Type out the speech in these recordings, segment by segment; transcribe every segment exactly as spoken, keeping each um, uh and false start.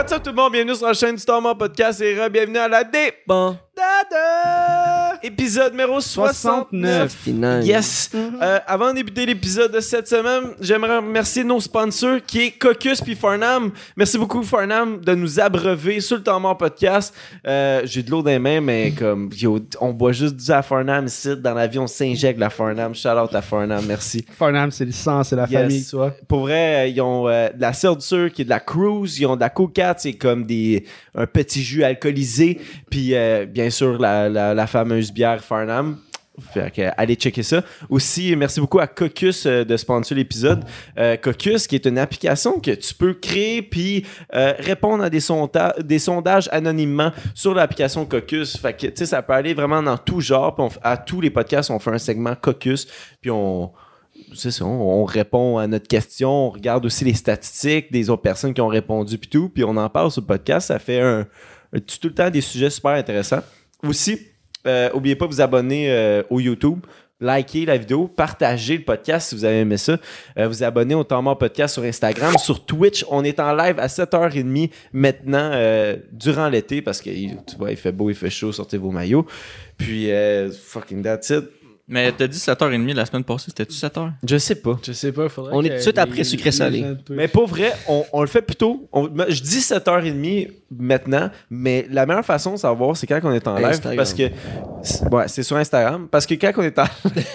What's up tout le monde? Bienvenue sur la chaîne du Stormont Podcast et re-bienvenue à la Débandade! Épisode numéro soixante-neuf. soixante-neuf. Yes! Mm-hmm. Euh, avant de débuter l'épisode de cette semaine, j'aimerais remercier nos sponsors qui est Caucus puis Farnham. Merci beaucoup Farnham de nous abreuver sur le Stormont Podcast. Euh, j'ai de l'eau dans les mains, mais comme yo, on boit juste du à Farnham ici. Dans la vie, on s'injecte la Farnham. Shout out à Farnham, merci. Farnham, c'est le sang, c'est la Yes. famille, tu vois. Pour vrai, ils ont euh, de la Seltzer qui est de la Cruise, ils ont de la Coca, c'est comme des un petit jus alcoolisé, puis euh, bien sûr la, la, la fameuse bière Farnham. Fait que, allez checker ça. Aussi, merci beaucoup à Caucus euh, de sponsor l'épisode. Euh, Caucus, qui est une application que tu peux créer puis euh, répondre à des, sonda- des sondages anonymement sur l'application Caucus. Fait que, tu sais, ça peut aller vraiment dans tout genre. Puis on, à tous les podcasts, on fait un segment Caucus, puis on... C'est ça, on, on répond à notre question, on regarde aussi les statistiques des autres personnes qui ont répondu puis tout, puis on en parle sur le podcast. Ça fait un, un, tout le temps des sujets super intéressants. Aussi, euh, n'oubliez pas de vous abonner euh, au YouTube, likez la vidéo, partagez le podcast si vous avez aimé ça. Euh, vous abonnez au Temps Mort Podcast sur Instagram, sur Twitch. On est en live à sept heures trente maintenant euh, durant l'été parce que tu vois, il fait beau, il fait chaud, sortez vos maillots. Puis, euh, fucking that's it. Mais t'as dit sept heures trente la semaine passée, c'était-tu sept heures? Je sais pas. Je sais pas, faudrait On est que tout de suite les- après sucré les salé. gens de- Mais pour vrai, on, on le fait plus tôt. On- je dis sept heures trente maintenant, mais la meilleure façon de savoir, c'est quand on est en live. Instagram. Parce que. c'est- Ouais, c'est sur Instagram. Parce que quand on est en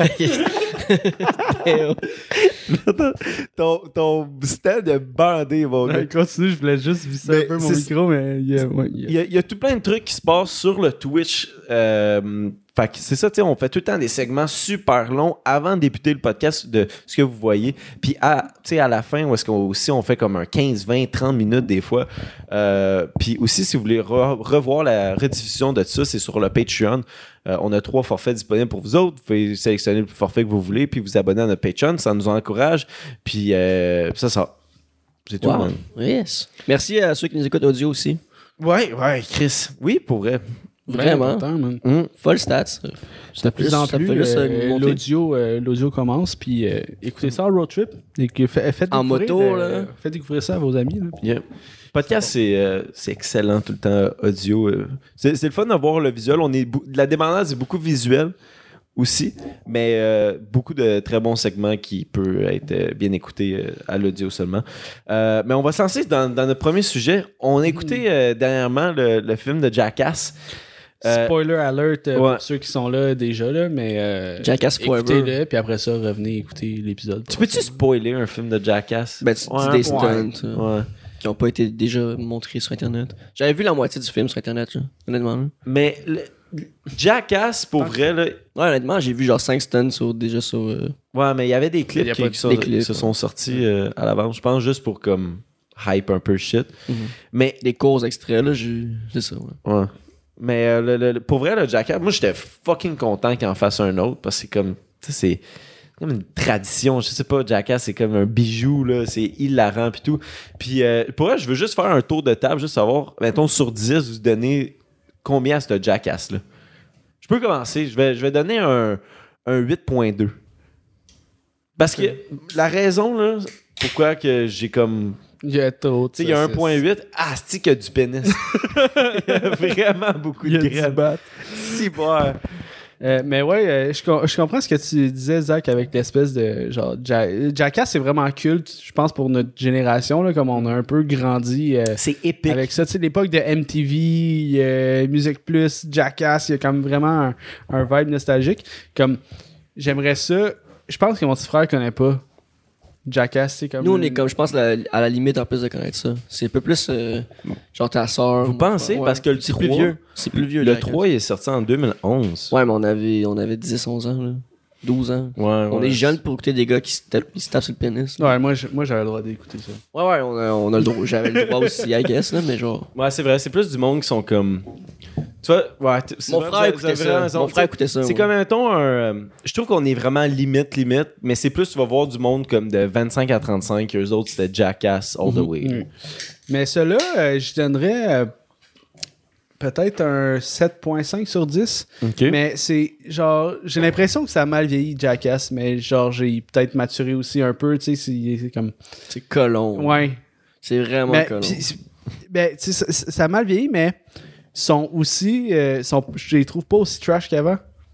ton, ton stand est bandé, mon gars. Ouais, continue, je voulais juste visser Mais un peu mon c'est- micro, mais il y a... ouais, il y a- Il y, a, il y a tout plein de trucs qui se passent sur le Twitch. Euh, fait que c'est ça, tu sais, on fait tout le temps des segments super longs avant de débuter le podcast de ce que vous voyez. Puis à, tu sais, à la fin, où est-ce qu'on aussi on fait comme un quinze, vingt, trente minutes des fois. Euh, puis aussi, si vous voulez re- revoir la rediffusion de ça, c'est sur le Patreon. Euh, on a trois forfaits disponibles pour vous autres. Vous pouvez sélectionner le forfait que vous voulez, puis vous abonner à notre Patreon. Ça nous encourage. Puis euh, ça, ça. C'est tout. Wow. man. Yes. Merci à ceux qui nous écoutent audio aussi. Ouais, ouais, Chris. Oui, pour vrai. Vraiment. important, man. Mm. Full stats. De plus en ça plus, fait juste, euh, euh, monter. l'audio, euh, l'audio commence, puis euh, écoutez ça en road trip. Et que fait, faites En découvrir, moto, euh, là. Faites découvrir ça à vos amis. Là, puis- Yeah. Podcast, c'est, euh, c'est excellent tout le temps, audio. euh. C'est, c'est le fun d'avoir le visuel. On est bou- la dépendance est beaucoup visuel aussi, mais euh, beaucoup de très bons segments qui peuvent être euh, bien écoutés euh, à l'audio seulement. Euh, mais on va se lancer dans, dans notre premier sujet. On a écouté euh, dernièrement le, le film de Jackass. Euh, Spoiler alert euh, ouais. pour ceux qui sont là déjà, là, mais euh, Jackass Forever. écoutez-le, puis après ça, revenez écouter l'épisode. Tu peux-tu spoiler un film de Jackass? Ben, tu dis Ouais, des ouais. stunts euh, Ouais. qui n'ont pas été déjà montrés sur Internet. J'avais vu la moitié du film sur Internet, là, honnêtement. Là. Mais le- Jackass, pour vrai, là, Ouais, honnêtement, j'ai vu genre cinq stunts sur, déjà sur... euh, ouais, mais il y avait des clips Il y a qui, pas de- qui sont- des clips, qui se ouais. sont sortis euh, à l'avance, je pense, juste pour comme hype un peu shit. Mhm. Mais, des courts extraits, là, j'ai- c'est ça, ouais. ouais. Mais euh, le- le- le- pour vrai, le Jackass, moi, j'étais fucking content qu'il en fasse un autre parce que c'est comme, tu sais, c'est comme une tradition. Je sais pas, Jackass, c'est comme un bijou, là. C'est hilarant pis tout. Puis euh, pour vrai, je veux juste faire un tour de table, juste savoir, mettons, sur dix, vous donnez combien à ce Jackass-là? Je peux commencer. Je vais, je vais donner un, un huit virgule deux. Parce que la raison, là, pourquoi que j'ai comme... Il y a trop. Tu sais, il y a un virgule huit. Ah, c'est qu'il y a du pénis. Il y a vraiment beaucoup Il y de a du graines. bat. Si, bon. Euh, mais ouais, euh, je, com- je comprends ce que tu disais, Zach, avec l'espèce de genre Ja- Jackass, c'est vraiment culte, je pense, pour notre génération, là, comme on a un peu grandi euh, C'est épique. avec ça. Tu sais, l'époque de M T V, euh, Musique Plus, Jackass, il y a comme vraiment un, un vibe nostalgique. Comme, j'aimerais ça. Je pense que mon petit frère connaît pas Jackass, c'est comme. Nous, on est comme, je pense, la- à la limite en plus de connaître ça. C'est un peu plus euh, genre ta soeur. Vous pensez? Parce que le c'est trois- plus vieux. C'est plus vieux. Le Jackass. trois, il est sorti en deux mille onze. Ouais, mais on avait, on avait dix onze ans, là. douze ans. Ouais, On ouais. est jeunes pour écouter des gars qui se tapent, qui se tapent sur le pénis. Ouais, moi, je- moi j'avais le droit d'écouter ça. Ouais, ouais, on a, on a le droit. J'avais le droit aussi, I guess, là, mais genre. Ouais, c'est vrai. C'est plus du monde qui sont comme... Tu vois, ouais. t- c'est Mon vrai, frère vous avez- écoutait vous avez ça. raison. Mon frère écoutait ça. C'est ouais. comme, mettons, un... euh, je trouve qu'on est vraiment limite, limite, mais c'est plus, tu vas voir du monde comme de vingt-cinq à trente-cinq, eux autres, c'était Jackass all the way. Mhm. Mais cela, euh, je donnerais euh, peut-être un sept virgule cinq sur dix. OK. Mais c'est genre, j'ai l'impression que ça a mal vieilli, Jackass, mais genre, j'ai peut-être maturé aussi un peu, tu sais, c'est c'est comme. C'est colon. Ouais. C'est vraiment Mais colon. pis- ben, tu sais, ça, ça a mal vieilli, mais sont aussi, euh, sont, je les trouve pas aussi trash qu'avant.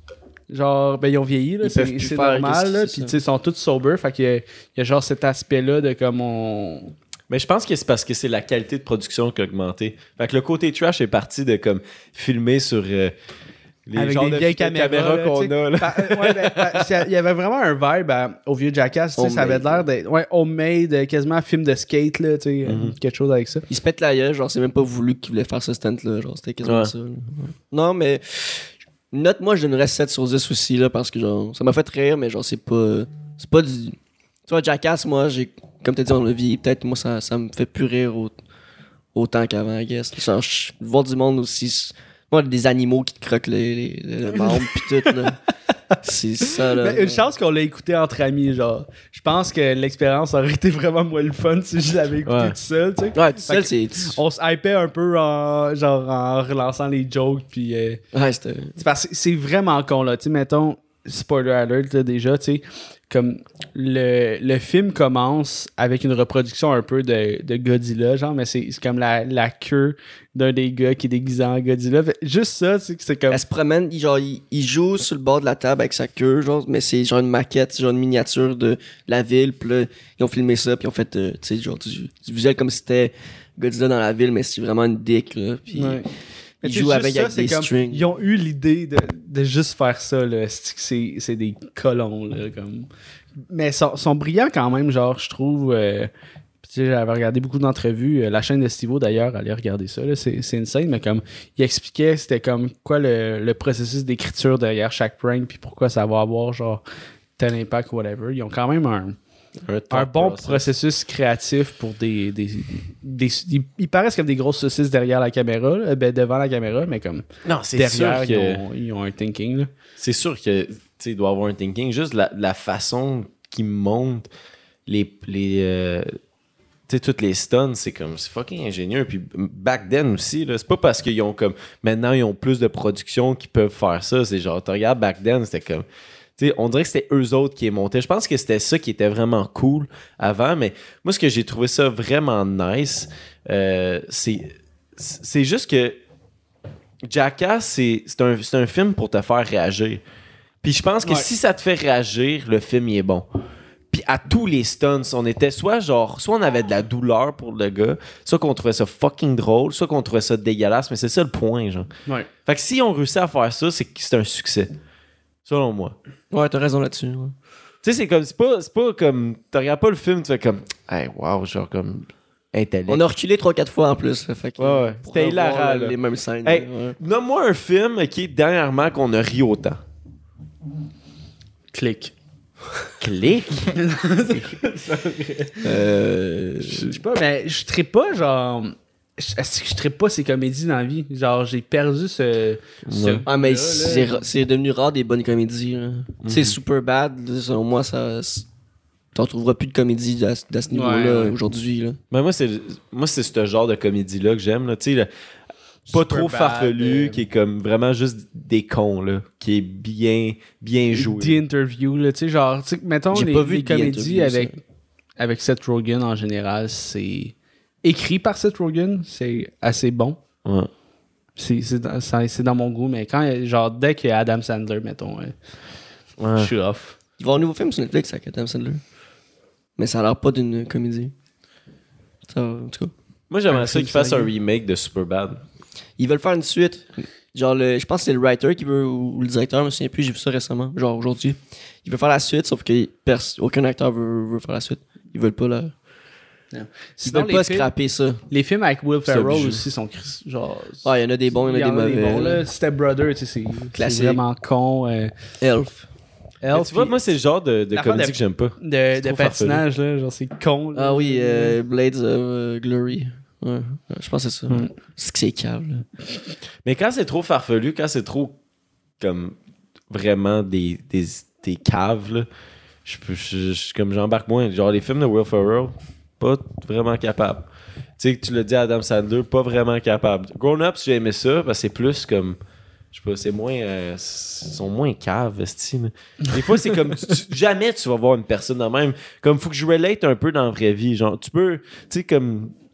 Genre, ben, ils ont vieilli, là, Ils peuvent c'est, plus c'est faire normal, qu'est-ce là, que puis c'est tu sais, ils sont tous sober, fait qu'il y a, il y a genre cet aspect-là de comme on... Mais je pense que c'est parce que c'est la qualité de production qui a augmenté. Fait que le côté trash est parti de comme filmer sur euh, les avec genres des de vieilles de caméras, caméras là, qu'on tu sais. a. Là. Bah, euh, ouais, ben, bah, il y avait vraiment un vibe à- au vieux Jackass, tu sais, ça avait Homemade. l'air d'être ouais, homemade, euh, quasiment un film de skate, là, tu sais, euh, Mhm. quelque chose avec ça. Il se pète la gueule, genre, c'est même pas voulu qu'il voulait faire ce stunt-là. Genre, c'était quasiment Ouais. ça. là. Ouais. Non, mais. Note, moi, je donnerais sept sur dix aussi, là, parce que, genre, ça m'a fait rire, mais, genre, c'est pas. C'est pas du. Tu vois, Jackass, moi, j'ai. Comme t'as dit, on l'a vieilli. Peut-être, moi, ça, ça me fait plus rire au- autant qu'avant, I guess. Genre, je- voir du monde aussi. c'est- Moi, des animaux qui te croquent les, les, les membres, pis tout, là. C'est ça, là. Mais une chance qu'on l'a écouté entre amis, genre. Je pense que l'expérience aurait été vraiment moins le fun si je l'avais écouté Ouais. tout seul, tu sais. Ouais, tout Fait seul, que- c'est. On se hypait un peu en, genre, en relançant les jokes, puis... euh, Ouais, c'était. c'est parce que c'est vraiment con, là. Tu sais, mettons, spoiler alert, là, déjà, tu sais, comme le, le film commence avec une reproduction un peu de, de Godzilla, genre, mais c'est c'est comme la, la queue d'un des gars qui est déguisé en Godzilla. Fait- juste ça, tu sais, que c'est comme... Elle se promène, il, genre, il, il joue sur le bord de la table avec sa queue, genre, mais c'est genre une maquette, genre une miniature de la ville, puis là, ils ont filmé ça, puis ils ont fait, euh, tu sais, genre du, du visuel comme si c'était Godzilla dans la ville, mais c'est vraiment une dick, là, puis Ouais. Mais il tu sais, joue juste avec, ça, avec c'est des comme- strings. Ils ont eu l'idée de, de juste faire ça, là. C'est, c'est, c'est des colons, là, comme... Mais sont, sont brillants quand même, genre, je trouve... euh, puis tu sais, j'avais regardé beaucoup d'entrevues. euh, la chaîne de Steve-O, d'ailleurs, allez regarder ça, là. C'est, c'est insane, mais comme... Il expliquait, c'était comme quoi le, le processus d'écriture derrière chaque prank, puis pourquoi ça va avoir, genre, tel impact ou whatever. Ils ont quand même un... Un, un thought bon process. processus créatif pour des, des, des- ils, ils paraissent comme des grosses saucisses derrière la caméra, là, ben, devant la caméra, mais comme Non, c'est derrière, sûr que ils, ont, ils ont un thinking. Là. c'est sûr que tu sais, il doit avoir un thinking. Juste la, la façon qu'ils montent les les euh, tu sais, toutes les stunts, c'est comme c'est fucking ingénieux. Puis back then aussi, là, c'est pas parce qu'ils ont comme maintenant ils ont plus de production qu'ils peuvent faire ça. C'est genre tu regardes back then, c'était comme tu sais, on dirait que c'était eux autres qui les montaient. Je pense que c'était ça qui était vraiment cool avant, mais moi, ce que j'ai trouvé ça vraiment nice, euh, c'est, c'est juste que Jackass, c'est, c'est, un, c'est un film pour te faire réagir. Puis je pense que Ouais. si ça te fait réagir, le film il est bon. Puis à tous les stunts, on était soit genre, soit on avait de la douleur pour le gars, soit qu'on trouvait ça fucking drôle, soit qu'on trouvait ça dégueulasse, mais c'est ça le point, genre. Ouais. Fait que si on réussit à faire ça, c'est que c'est un succès. Selon moi. Ouais, t'as raison là-dessus. Ouais. Tu sais, c'est comme, c'est pas, c'est pas comme, tu regardes pas le film, tu fais comme, hey, wow, genre comme, intellect. On a reculé trois quatre fois en plus. Là, fait que, Ouais, ouais. pour C'était revoir, hilarant, là, là. les mêmes scènes. Hey. là, ouais. Nomme-moi un film qui est dernièrement qu'on a ri autant. Clic. Click? Euh, Je sais pas, mais je serais pas genre. Je est-ce que je serais pas ces comédies dans la vie. Genre, j'ai perdu ce. ce Ouais. Ah, mais goût-là, c'est, là. ra- c'est devenu rare des bonnes comédies. là. Tu sais, Super Bad, là, selon moi, ça. c'est- T'en trouveras plus de comédies à, ce- à ce niveau-là ouais. aujourd'hui. Là. Mais moi, c'est, moi, c'est ce genre de comédie-là que j'aime, là. Tu sais, là, pas Super trop bad, farfelu, euh, qui est comme vraiment juste des cons, là. Qui est bien, bien joué. The Interview, là, tu sais, genre, tu sais, mettons, J'ai les, pas vu les The comédies Interview, avec, avec Seth Rogen en général, c'est écrit par Seth Rogen, c'est assez bon. Ouais. C'est, c'est, dans, ça- c'est dans mon goût, mais quand, genre, dès qu'il y a Adam Sandler, mettons, ouais, Ouais. je suis off. Il va y avoir un nouveau film sur Netflix avec Adam Sandler. Mais ça a l'air pas d'une comédie. Ça, en tout cas. Moi, j'aimerais Un ça film qu'ils fassent un sérieux. remake de Superbad. Ils veulent faire une suite. Genre, le, je pense que c'est le writer qui veut, ou le directeur, je me souviens plus, j'ai vu ça récemment, genre aujourd'hui. Il veut faire la suite, sauf que pers- aucun acteur veut, veut faire la suite. Ils veulent pas la. Ils Sinon, veulent les pas films- scraper ça. Les films avec Will C'est Ferrell obligé. aussi sont cris- genre. Ouais, il y en a des bons, il y en a des mauvais. bons, là. Step Brother, tu sais, c'est, c'est Classique. vraiment con. Euh, Elf. Mais Elf, tu vois, puis moi, c'est le genre de, de L'affaire comédie de- que j'aime pas. de, de trop patinage, là, genre, c'est con. là. Ah oui, euh, Blades of euh, Glory. Ouais, ouais, je pense que c'est ça. Mm. C'est que c'est cave, là. Mais quand c'est trop farfelu, quand c'est trop comme vraiment des, des, des caves, là, je, peux- je, je- comme j'embarque moins. Genre les films de Will Ferrell, pas vraiment capable. Tu sais, que tu l'as dit à Adam Sandler, pas vraiment capable. Grown Ups, j'ai aimé ça, parce que c'est plus comme. Je sais pas, c'est moins. euh, ils sont moins caves, esti, là. Des fois, c'est comme. tu- jamais tu vas voir une personne de même. Comme, faut que je relate un peu dans la vraie vie. Genre, tu peux. Tu sais, comme.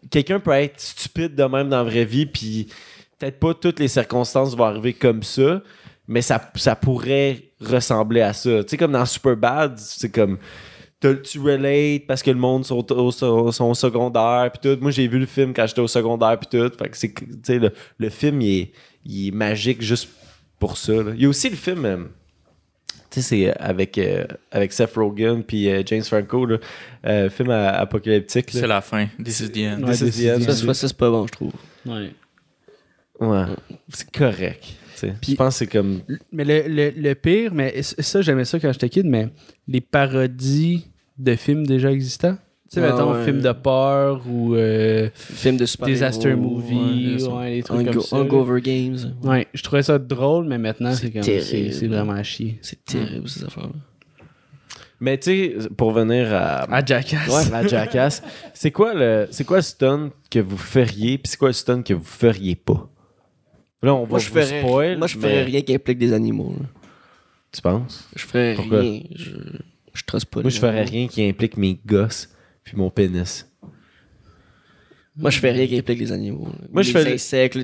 quelqu'un peut être stupide de même dans la vraie vie, puis peut-être pas toutes les circonstances vont arriver comme ça, mais ça, ça pourrait ressembler à ça. Tu sais, comme dans Superbad, c'est comme... Tu relates parce que le monde sont au, sont, sont au secondaire puis tout. Moi, j'ai vu le film quand j'étais au secondaire puis tout. Fait que c'est, tu sais, le, le film, il est, il est magique juste pour ça. Là. Il y a aussi le film... Euh, tu sais, c'est avec, euh, avec Seth Rogen puis euh, James Franco, là, euh, film à, apocalyptique. Là. C'est la fin. This is the end. Ouais, This is the end. Ça, ça, ça, c'est pas bon, je trouve. Ouais. Ouais, c'est correct. Puis- Je pense que c'est comme... Mais le, le, le pire, mais ça, j'aimais ça quand j'étais kid, mais les parodies de films déjà existants. Tu sais, Ah, mettons, ouais. film de peur ou euh, Film de super Disaster Movie, Ouais, ouais, des trucs Hango- comme ça. là. Hangover Games. Ouais, je trouvais ça drôle, mais maintenant, c'est, C'est comme, terrible. c'est, c'est vraiment à chier. C'est terrible, ces affaires-là. Mais tu sais, pour venir à... À Jackass. Ouais, la Jackass. C'est quoi le c'est quoi le stunt que vous feriez puis c'est quoi le stunt que vous feriez pas? Là, on va Moi, je vous ferais, spoil, moi, je mais- ferais rien qui implique des animaux. là. Tu penses? Je ferais Pourquoi? rien. Je, je trosse pas. Moi, les je ferais animaux. rien qui implique mes gosses puis mon pénis. Moi, je fais rien qui implique les animaux. là. Moi, les je fais le-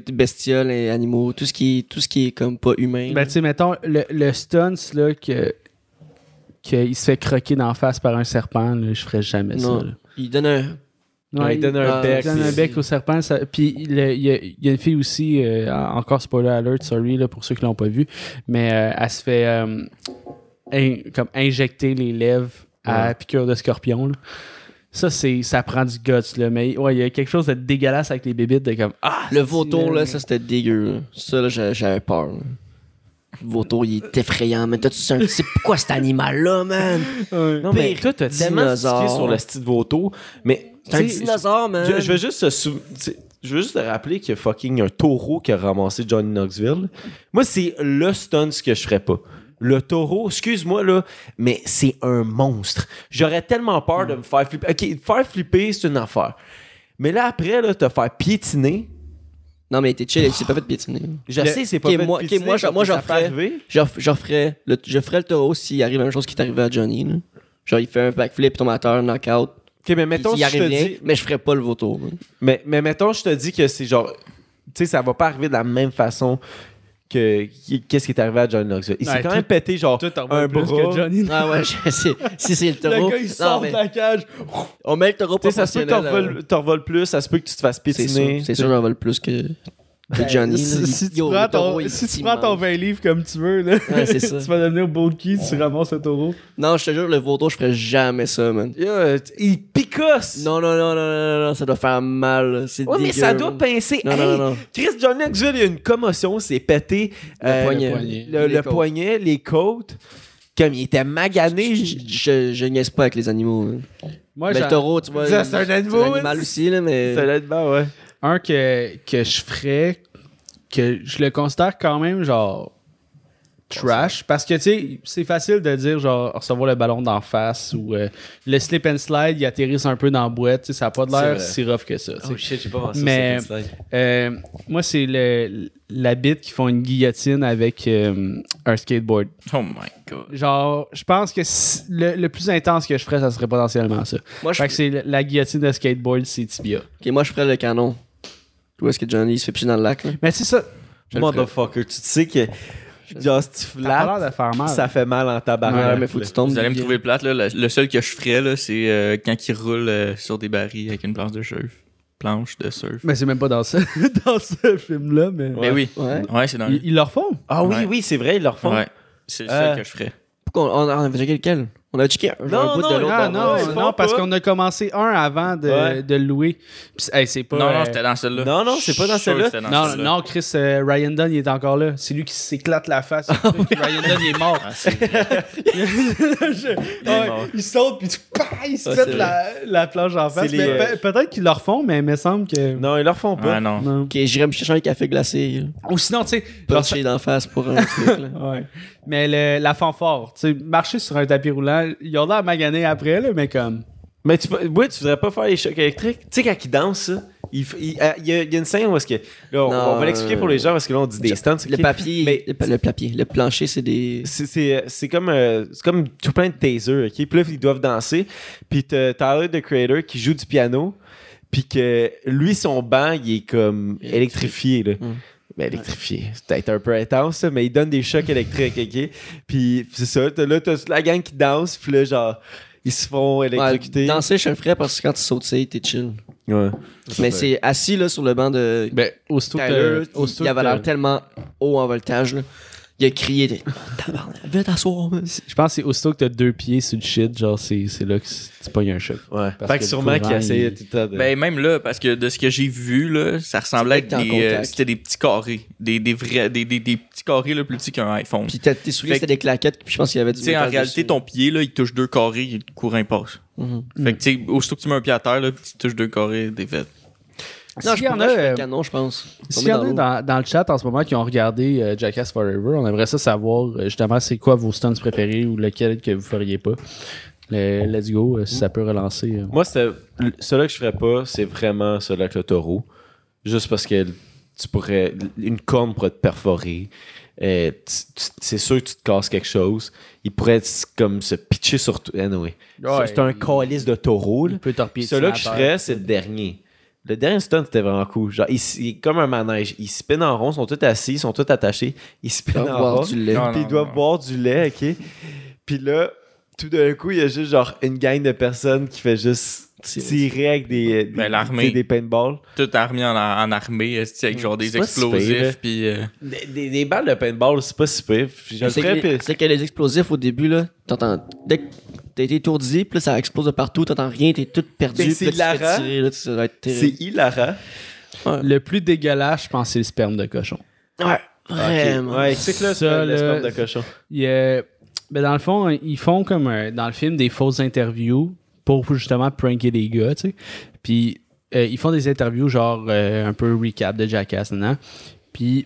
Ben, là. tu sais, mettons, le, le stunts, là, que qu'il se fait croquer d'en face par un serpent, là, je ferais jamais non. ça. Là. Il donne un. Ouais, il donne un ah, bec. Il donne un puis- bec au serpent. Ça, puis le- il y, a- il y a une fille aussi, euh, encore spoiler alert, sorry là, pour ceux qui l'ont pas vu, mais euh, elle se fait euh, in- comme injecter les lèvres à Ouais. piqûre de scorpion. Là. Ça, c'est, ça prend du guts. Là, mais ouais, il y a quelque chose de dégueulasse avec les bébites de comme ah, Le c'est- vautour, là, ça c'était dégueu. là. Ça, là, j'a- j'avais peur. là. Le vautour, il est effrayant. Mais toi, tu sais, tu sais pourquoi cet animal-là, man? Ouais. Non, mais Pire toi, t'as tellement dinosaure. stické sur le style vautour, mais... C'est un tu sais, dinosaure, man. Je, je veux juste te sou- tu sais, je veux juste te rappeler qu'il y a fucking un taureau qui a ramassé Johnny Knoxville. Moi, c'est le stunt que je ferais pas. Le taureau, excuse-moi là, mais c'est un monstre. J'aurais tellement peur de me faire flipper. Ok, te faire flipper, c'est une affaire. Mais là, après, là, te faire piétiner, Non, mais t'es chill, il s'est pas fait piétiner. je Le- sais, c'est pas ok, fait moi- ok, piétiner, moi, j'en- comme moi, ça j'en peut ferais- arriver. J'en j'en ferais le, je ferais le taureau s'il arrive la même chose qui est arrivé à Johnny. Là. Genre, il fait un backflip, tombe à terre, knockout. Ok, mais mettons, il si je arrive te rien, dis... mais je ferais pas le vautour. là. Mais, mais mettons, je te dis que c'est genre... Tu sais, ça va pas arriver de la même façon que... Qu'est-ce qui est arrivé à Johnny Knoxville. Il Ouais, s'est quand tout- même pété, genre, Toi, t'en un vois plus bras. que Johnny. Ah ouais, je sais. Si c'est le taureau. Le gars, il Non, sort mais de la cage. on met le taureau Tu sais, ça se peut que t'en proportionnel, revoles- t'en revoles plus, ça se peut que tu te fasses C'est sûr, pétiner. c'est sûr, j'en vole plus que, que Johnny. là. Si, Il- si tu yo, prends le taureau, ton, il si tu est prends ton immense. vingt livres comme tu veux, là, Ouais, c'est ça. tu vas devenir bold key, tu ramasses le taureau. Non, je te jure, le vautour, je ferais jamais ça, man. Yeah, t- il picosse! Non, non, non, non, non, non, ça doit faire mal. là. C'est Ouais, mais dégueu, ça doit man. pincer. Non, Hey, non, non, non. Chris Johnny Knoxville, il y a une commotion, c'est pété. Le poignet. le poignet. Le, Les le côtes. poignet, les côtes. Comme il était magané. Je, je, je niaise pas avec les animaux. man. Moi, Mais j'ai le taureau, tu vois. Ça, il- c'est un animal, C'est un animal ouais. aussi, là, mais. Ça allait être bon, ouais. un que, que je ferais, que je le considère quand même genre trash, parce que tu sais, c'est facile de dire genre recevoir le ballon d'en face ou euh, le slip and slide, il atterrisse un peu dans la boîte, tu sais, ça n'a pas de C'est l'air vrai. si rough que ça. tu sais. Oh shit, j'ai pas pensé Mais- au slide. Euh, moi, c'est le, la bite qui font une guillotine avec euh, un skateboard. Oh my god. Genre, je pense que si- le, le plus intense que je ferais, ça serait potentiellement ça. Moi, je Fait que c'est la, la guillotine de skateboard, c'est tibia. Ok, moi, je ferais le canon. Où est-ce que Johnny il se fait picher dans le lac, là? Mais c'est ça. Je le Motherfucker, tu sais que. Genre, si tu Ça a pas l'air flattes, de faire mal. ça fait mal en Ouais, tabarnak. mais faut que là. tu tombes. Vous allez me bien. trouver plate, là. Le, le seul que je ferais, là, c'est euh, quand il roule euh, sur des barils avec une planche de surf. Planche de surf. Mais c'est même pas dans ça, dans ce film-là, mais. Mais oui. Ouais. Ouais, c'est dans Ils, ils le refont. Ah oui, Ouais. oui, c'est vrai, ils le refont. Ouais. C'est le Euh, seul que je ferais. Pourquoi on, on, on avait checké lequel? On a checké un, Non, un bout non, de l'autre. Ah bord. non, ils le font non, parce pas. qu'on a commencé un avant de, Ouais. de le louer. Puis, hey, c'est pas. Non, non, euh, c'était dans celle-là. Non, non, c'est pas dans Je suis sûr celle-là. que c'était dans Non, celle-là. non, Chris, euh, Ryan Dunn, il est encore là. C'est lui qui s'éclate la face. Ryan Dunn, il est mort. Ah, c'est- Je- ouais, mort. il saute, puis tu pah, il se Ouais, pète c'est la, la planche en face. les, Mais euh, pe- peut-être qu'ils le refont, mais il me semble que. Non, ils le refont pas. Ah non. Non. Ok, j'irais me chercher un café glacé. là. Ou sinon, tu sais. Pas genre, de chier d'en face pour un truc, là. Ouais. Mais le- la fanfare, tu sais, marcher sur un tapis roulant, ils ont l'air magané après, là, mais comme. Mais tu, peux- ouais, tu voudrais pas faire les chocs électriques? Tu sais, quand ils dansent, ça, il, f- il- euh, il y, a, il y a une scène où est-ce que. Là, on, Non, on va l'expliquer pour les gens parce que là, on dit des stunts. Le ok? papier, Mais- le, pa- le papier, le plancher, c'est des. C'est- C'est c'est comme, euh, c'est comme tout plein de tasers, ok? Puis là, ils doivent danser. Puis t'as Tyler, the Creator, qui joue du piano. puis que lui, son banc, il est comme électrifié, là. Mm. Ben, électrifié, c'est peut-être un peu intense, ça, mais il donne des chocs électriques, OK? Puis c'est ça, t'as, là, t'as la gang qui danse, puis là, genre, ils se font électrocuter. Ouais, danser, je suis un frère parce que quand tu sautes, t'es chill. Ouais. Mais c'est assis là sur le banc de Ben, aussitôt Tyler, que. aussitôt il avait que- l'air tellement haut en voltage, là. Il a crié, il était, tabarnak, va t'asseoir, man. Je pense que c'est aussitôt que t'as deux pieds sur le shit, genre, c'est, c'est là que tu pognes un choc. Ouais. Parce Fait que que le sûrement courant, qu'il essayait il- tout le temps de... Ben, même là, parce que de ce que j'ai vu, là, ça ressemblait à C'est vrai que des, t'es en euh, contact. c'était des petits carrés. Des, des vrais, des, des, des petits carrés, là, plus petits qu'un iPhone. Puis t'as- tes souliers, Fait c'était des claquettes, puis je pense qu'il y avait du Tu sais, en métal réalité, dessus. ton pied, là, il touche deux carrés, le courant il passe. Mhm. Fait que, tu sais, aussitôt que tu mets un pied à terre, là, puis tu touches deux carrés, t'es fait. Non, S'il je y en pourrais, a, je ferais euh, le canon, je pense. S'il y en a l'eau. dans, dans le chat en ce moment qui ont regardé euh, Jackass Forever, on aimerait ça savoir euh, justement c'est quoi vos stunts préférés ou lequel que vous feriez pas. Le- let's go, euh, si ça peut relancer. euh. Moi, c'était... Celui que je ferais pas, c'est vraiment celui avec le taureau. Juste parce que tu pourrais... Une corne pourrait te perforer. Euh, tu- tu- c'est sûr que tu te casses quelque chose. Il pourrait s- comme se pitcher sur toi. Anyway. Ouais, c'est un il- calice de taureau. là. Il peut torpiller Celui-là que je ferais, c'est le dernier. Le dernier stunt, c'était vraiment cool. Genre, il, s- il est comme un manège. Ils spinent en rond, ils sont tous assis, ils sont tous attachés. Ils Ils spinent doivent en boire rond. du lait. Non, Puis ils non, doivent non. boire du lait, OK? Puis là, tout d'un coup, il y a juste genre une gang de personnes qui fait juste tirer avec des, des, Ben, l'armée. des, des paintballs. Tout armé en, en armée, esti, avec genre des C'est pas si pire, là. explosifs, puis... euh, Des, des, des balles de paintball, c'est pas si pire. Je le C'est ferais, que, puis- c'est que les explosifs au début, là, t'entends. Dès que t'as été étourdi, puis là, ça explose de partout, t'entends rien, t'es tout perdu. Mais puis c'est là, tu te fais hilarant. tirer, là, ça va être c'est terrible. hilarant. Ouais, Le plus dégueulasse, je pense, c'est le sperme de cochon. ouais vraiment. Ok. Ouais, c'est que là, c'est Ça, le sperme là, de cochon. Il y a- ben, dans le fond, ils font comme euh, dans le film des fausses interviews pour justement pranker les gars, tu sais. Puis euh, ils font des interviews genre euh, un peu recap de Jackass, nan. Puis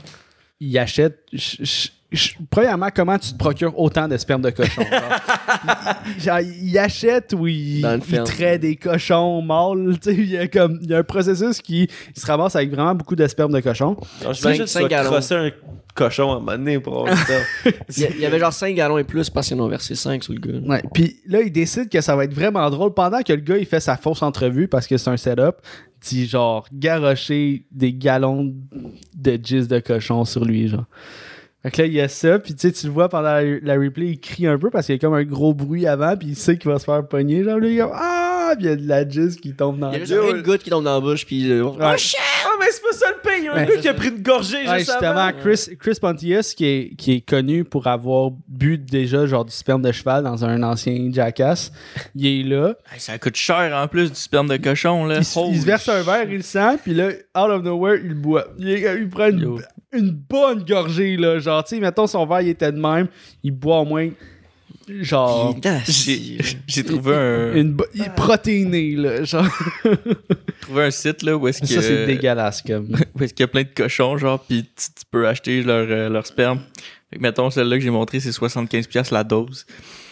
ils achètent. ch- ch- ch- Premièrement, comment tu te procures autant de sperme de cochon? Genre, Genre, ils achètent ou ils, Dans le ils ferme. traitent des cochons mâles. tu sais. Il y a comme il y a un processus qui il se ramasse avec vraiment beaucoup de sperme de cochon. Alors, Cinq- j'imagine que tu cinq vas gallons. crosser un cochon à un moment donné pour avoir ça. Il y, a- il y avait genre cinq gallons et plus parce qu'ils en ont versé cinq sur le gars. Ouais. Puis là, il décide que ça va être vraiment drôle pendant que le gars il fait sa fausse entrevue parce que c'est un setup. Dit genre garocher des gallons de jizz de cochon sur lui, genre. Fait que là, il y a ça, puis tu sais, tu le vois pendant la, la replay, il crie un peu parce qu'il y a comme un gros bruit avant, puis il sait qu'il va se faire pogner. Genre, là, il est comme ah! Puis il y a de la jizz qui tombe dans Il y a le juste une goutte qui tombe dans la bouche, puis. euh, Ouais. shit! Ah, mais c'est pas ça le pire. Il y a un Ouais, gars c'est qui a ça. pris une gorgée Ouais, juste justement, avant. Chris, Chris Pontius, qui est, qui est connu pour avoir bu déjà genre du sperme de cheval dans un ancien Jackass, il est là. hey, ça coûte cher en plus du sperme de cochon, là. Il, se- il Holy se verse un verre, il le sent, puis là, out of nowhere, il le boit. Il, il prend une, Yo. une bonne gorgée, là. Genre, tu sais, mettons son verre, il était de même, il boit au moins, genre, Il est assis, J'ai j'ai trouvé un, une bo- il est protéiné, là. Genre, trouvé un site là où est-ce que ça, c'est dégueulasse, comme. où est-ce qu'il y a plein de cochons, genre, pis tu, tu peux acheter leur, euh, leur sperme. Fait que, mettons, celle-là que j'ai montré, c'est soixante-quinze piastres la dose.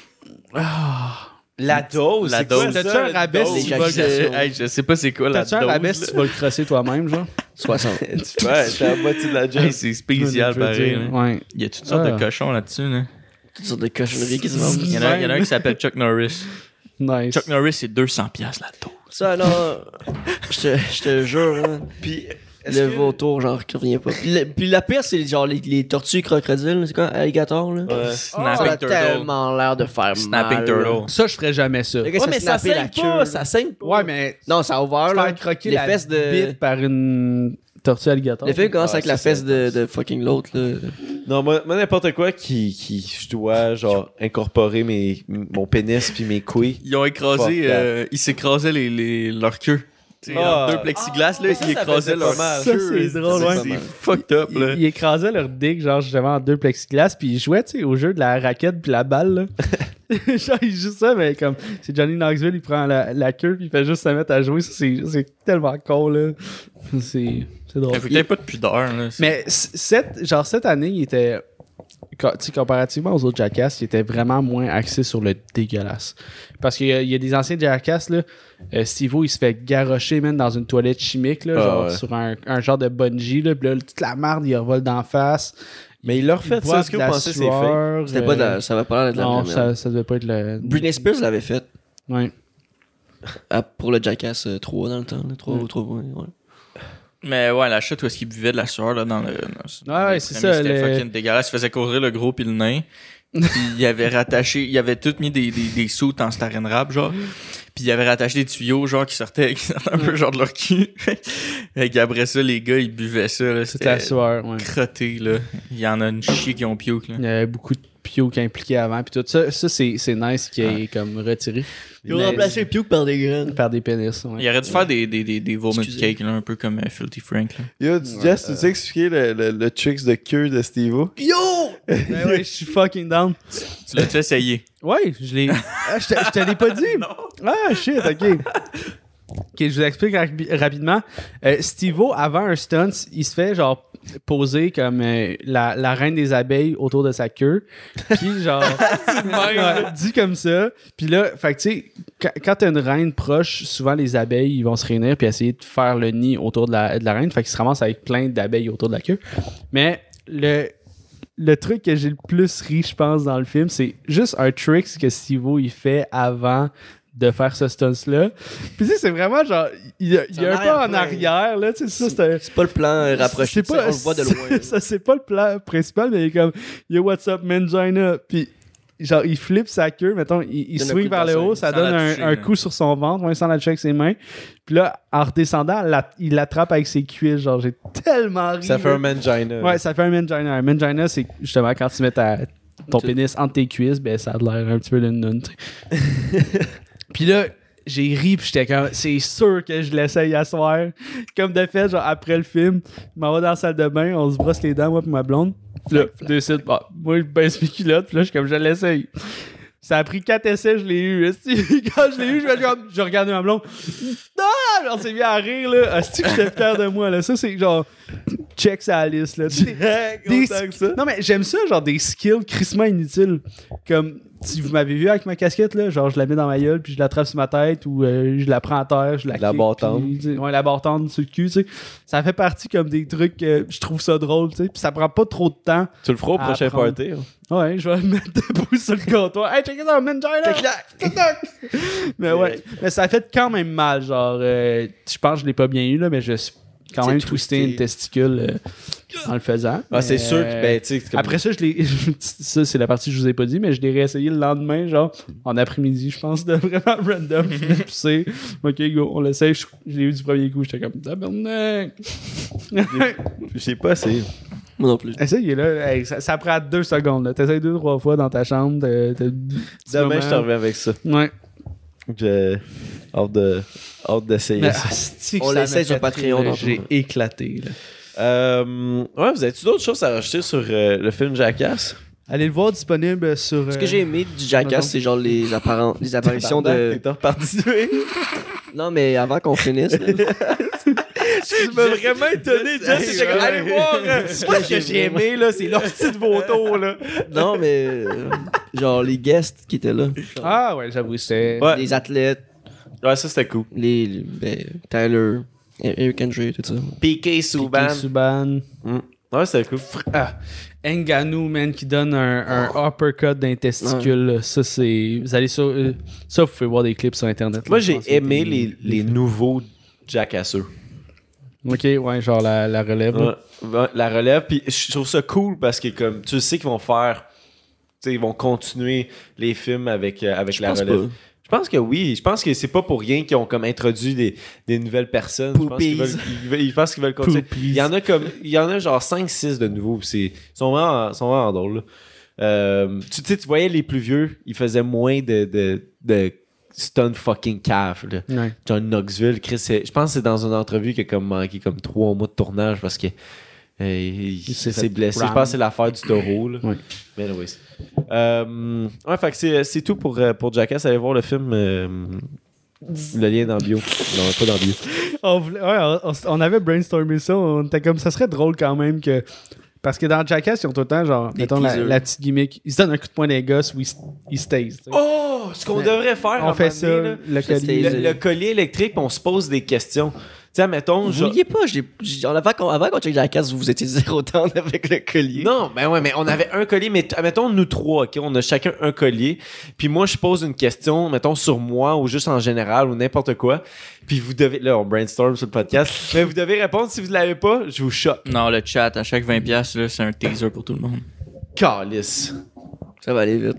La dose, La c'est quoi dose. ça, T'as-tu un la rabais dose? si tu vas le- L'éjaculation. Hey, je sais pas c'est quoi la T'as-tu un dose. rabais là. si tu vas le crosser toi-même, genre? soixante. Ouais, t'as la moitié de la job. Hey, c'est spécial, Je veux pareil. dire, là. ouais. Il y a toutes sortes Ah. de cochons là-dessus. Là. Toutes sortes de cochonneries qui se vendent. Il y en a, il y en a un qui s'appelle Chuck Norris. Nice. Chuck Norris, c'est deux cents piastres la dose. Ça, là, je te, je te jure, hein, Puis, le est-ce que- vautour, genre, qui revient pas. Puis, le- puis la pire, c'est genre les, les tortues crocodiles, c'est quoi, alligator, là? Ouais. Ça Snapping a Turtle. tellement l'air de faire Snapping mal. Turtle. Ça, je ferais jamais ça. Le gars, Ouais, ça mais ça snappait la saigne queue. pas, là. ça saigne pas. Ouais, mais Non, ça a ouvert, là. faire croquer les la fesses de... bite par une tortue alligator. Le film commence Ah, avec la ça, fesse c'est de, intense. de fucking l'autre, là. Non, moi, moi, n'importe quoi qui, qui je dois, genre, incorporer mes, mon pénis puis mes couilles. Ils ont Fuck écrasé, that. euh, ils s'écrasaient les, les, leur queue. Tu sais, Ah. en deux plexiglas, là, Mais ça, ils ça écrasaient faisait leur pas mal. Ça, queue. c'est drôle, ouais. C'est fucked up, là. Ils il écrasaient leur dick, genre, justement, en deux plexiglas, puis ils jouaient, tu sais, au jeu de la raquette puis la balle, là. Genre, ils jouent ça, mais comme, c'est Johnny Knoxville, il prend la, la queue, puis il fait juste se mettre à jouer. Ça, c'est, c'est tellement con, là. C'est, c'est drôle. Il faut qu'il y ait pas de pudeur, là. C'est- Mais c- cette, genre, cette année, il était, co- tu sais, comparativement aux autres Jackass, il était vraiment moins axé sur le dégueulasse. Parce qu'il y a, il y a des anciens Jackass, là, euh, Steve-O, il se fait garrocher, même dans une toilette chimique, là, Ah, genre, ouais. sur un, un genre de bungee, là, puis là, toute la marde, il revole d'en face. Mais il leur fait Il ça. boit Est-ce que de vous la pensez que c'est fake? C'était sueur, pas de euh, la- ça avait pas l'air de la Non, vraie ça, merde. ça devait pas être le... Britney Spears l'avait fait. Ouais. Ah, pour le Jackass euh, trois dans le temps. Le trois Mm. ou trois, ouais. ouais. Mais ouais, la chute où est-ce qu'il buvait de la sueur là, dans le. Dans, Ouais, ouais, les c'est premiers, ça, C'était le- fucking dégueulasse. Il faisait courir le gros puis le nain. Puis il avait rattaché. Il avait tout mis des, des, des sous dans cet arène rap, genre. Puis il avait rattaché des tuyaux, genre, qui sortaient, qui sortaient un peu genre de leur cul. Et qu'après ça, les gars, ils buvaient ça, là. C'était la C'était sueur, ouais. crotté, là. Il y en a une chier qui ont pioque, là. Il y avait beaucoup de Pio qui impliqué avant. Puis tout ça, ça c'est, c'est nice qu'il ait comme retiré. Ils ont Mais- remplacé le puke par des graines. Par des pénis. Ouais. Il aurait dû faire des, des, des, des vomit Excusez. cakes, là, un peu comme euh, Filthy Frank, là. Yo, tu, Jess, tu sais expliquer le, le, le tricks de queue de Steve-O? Yo! Ben ouais, je suis fucking down. Tu l'as-tu essayé? Ouais, je l'ai. Ah, je te, je te l'ai pas dit. Ah, shit, ok. Ok, je vous explique rapi- rapidement. Euh, Steve-O, avant un stunt, il se fait genre poser comme euh, la, la reine des abeilles autour de sa queue. Puis genre, ouais, dit comme ça. Puis là, fait que tu sais, quand, quand t'as une reine proche, souvent les abeilles, ils vont se réunir puis essayer de faire le nid autour de la, de la reine. Fait qu'ils se ramassent avec plein d'abeilles autour de la queue. Mais le, le truc que j'ai le plus ri, je pense, dans le film, c'est juste un trick que Steve-O il fait avant de faire ce stunt-là. Puis tu sais, c'est vraiment genre, il y a, il y a un C'est peu en en arrière, là, tu sais, ça, c'est un- C'est pas le plan euh, rapproché. c'est tu sais, pas, on le voit de loin. ça, c'est pas le plan principal, mais il est comme, yo, what's up, Mangina? Puis, genre, il flippe sa queue, mettons, il, il Donne un swing coup de vers le bassin, haut, ça sans donne la un, toucher, un là. coup sur son ventre, ouais, sans la toucher avec ses mains. Puis là, en redescendant, la- il l'attrape avec ses cuisses. Genre, j'ai tellement ri. Ça fait là. un mangina. Ouais, ça fait un mangina. Un mangina, c'est justement quand tu mets ta, ton Tu- pénis entre tes cuisses, ben ça a l'air un petit peu d'une noune, tu sais. Puis là, j'ai ri, puis j'étais comme, c'est sûr que je l'essaye à soir. Comme de fait, genre après le film, je m'en vais dans la salle de bain, on se brosse les dents, moi et ma blonde. Puis là, je décide, bah, moi je baisse mes culottes, puis là, je suis comme, je l'essaye. Ça a pris quatre essais, je l'ai eu. esti. Quand je l'ai eu, je vais comme, je regardais ma blonde. Ah! On s'est mis à rire, là. Esti que j'étais fier de moi, là. Ça, c'est genre, check sa liste, là. Des- des sk- Non, mais j'aime ça, genre des skills crissement inutiles. Comme, si vous m'avez vu avec ma casquette, là, genre, je la mets dans ma gueule, puis je l'attrape sur ma tête, ou euh, je la prends à terre, je la La kick, barre-tendre. puis, tu sais, ouais, la barre-tendre sur le cul, tu sais. Ça fait partie comme des trucs que je trouve ça drôle, tu sais. Puis ça prend pas trop de temps. Tu le feras au À prochain apprendre. party. hein. Ouais, je vais me mettre debout sur le comptoir. Hey, check it out, Mangina! Mais ouais, mais ça a fait quand même mal, genre, euh, je pense que je l'ai pas bien eu, là, mais je suis quand C'est même twisté. twisté une testicule euh, en le faisant. Ah, c'est Mais, sûr que, euh, ben, tu sais, comme- Après ça, je l'ai. Ça, c'est la partie que je vous ai pas dit, mais je l'ai réessayé le lendemain, genre, en après-midi, je pense, de vraiment random. Je l'ai poussé. Ok, go, on l'essaye. Je, je l'ai eu du premier coup. J'étais comme, tabarnak! je sais pas, c'est. Moi non plus. Essaye, là. Hey, ça, ça prend deux secondes, là. T'essayes deux, trois fois dans ta chambre. t'as- t'as- Demain, je te moment. reviens avec ça. Ouais. J'ai hâte de, hâte d'essayer Mais, ça. asti que On ça l'essaie m'a sur fait Patreon rire, là. dans J'ai ton- éclaté, là. Euh, ouais, vous avez-tu d'autres choses à rajouter sur euh, le film Jackass? Allez le voir disponible sur. Ce que j'ai aimé du Jackass, c'est genre les, apparents, les apparitions de. T'es reparti. Non, mais avant qu'on finisse. là. Tu m'as vraiment étonné, Jess. J'étais comme, allez voir. euh, Ce Moi, que ce que j'ai j'ai vraiment- aimé, là, c'est l'hostie de vautour, là. Non, mais. euh, genre les guests qui étaient là. Genre, Ah ouais, j'avoue, c'était. Ouais. Les athlètes, Ouais, ça, c'était cool. les. les- ben, Tyler, Eric Andre, tout ça. P K Subban. Piqué Subban. Ouais, c'était cool. Ah, Ngannou, man, qui donne un, un uppercut d'un testicule. là. Ça, c'est. Vous allez sur. euh, ça, vous pouvez voir des clips sur Internet. là. Moi, Je j'ai pense que c'est aimé des- les, des les clips. nouveaux Jackasseux. Ok, ouais, genre la, la relève. là. Ouais, ouais, la relève. Puis je trouve ça cool parce que, comme, tu sais qu'ils vont faire. Tu sais, ils vont continuer les films avec, euh, avec Je la pense relève. pas. Je pense que oui. Je pense que c'est pas pour rien qu'ils ont comme introduit des, des nouvelles personnes. Je pense qu'ils veulent, ils veulent- ils pensent qu'ils veulent continuer. Poopies. Il y en a comme. Il y en a genre cinq six de nouveaux. C'est, ils sont vraiment, sont vraiment drôles. là. Euh, tu tu sais, tu voyais les plus vieux, ils faisaient moins de, de, de stun fucking cave. Là. Ouais. John Knoxville, Chris, c'est- je pense que c'est dans une entrevue qui a comme manqué comme trois mois de tournage parce que euh, il, il s'est s'est fait blessé. ram. Je pense que c'est l'affaire du taureau. Là. Ouais. Mais anyways. Euh, ouais, fait que c'est, c'est tout pour, euh, pour Jackass. Allez voir le film. euh, le lien dans le bio. Non, pas dans le bio. On, voulait- ouais, on, on- on avait brainstormé ça. On était comme, ça serait drôle quand même que. Parce que dans Jackass, ils ont tout le temps, genre, Des mettons la, teasers. la petite gimmick. Ils se donnent un coup de poing des gosses ou ils, se- ils se taisent. tu sais. Oh! Ce qu'on Mais devrait faire, on un fait moment ça, donné, là. le Juste collier. Le, le collier électrique, puis on se pose des questions. sais, mettons. Vous vouliez pas, j'ai, j'ai, on avait, avant qu'on check Jackass, vous étiez zéro tendre avec le collier. Non, ben ouais, mais on avait un collier, mais t- mettons nous trois, ok, on a chacun un collier. Puis moi, je pose une question, mettons sur moi ou juste en général ou n'importe quoi. Puis vous devez, là, on brainstorm sur le podcast, mais vous devez répondre. Si vous l'avez pas, je vous choque. Non, le chat, à chaque vingt piastres, là, c'est un teaser pour tout le monde. Calice. Ça va aller vite.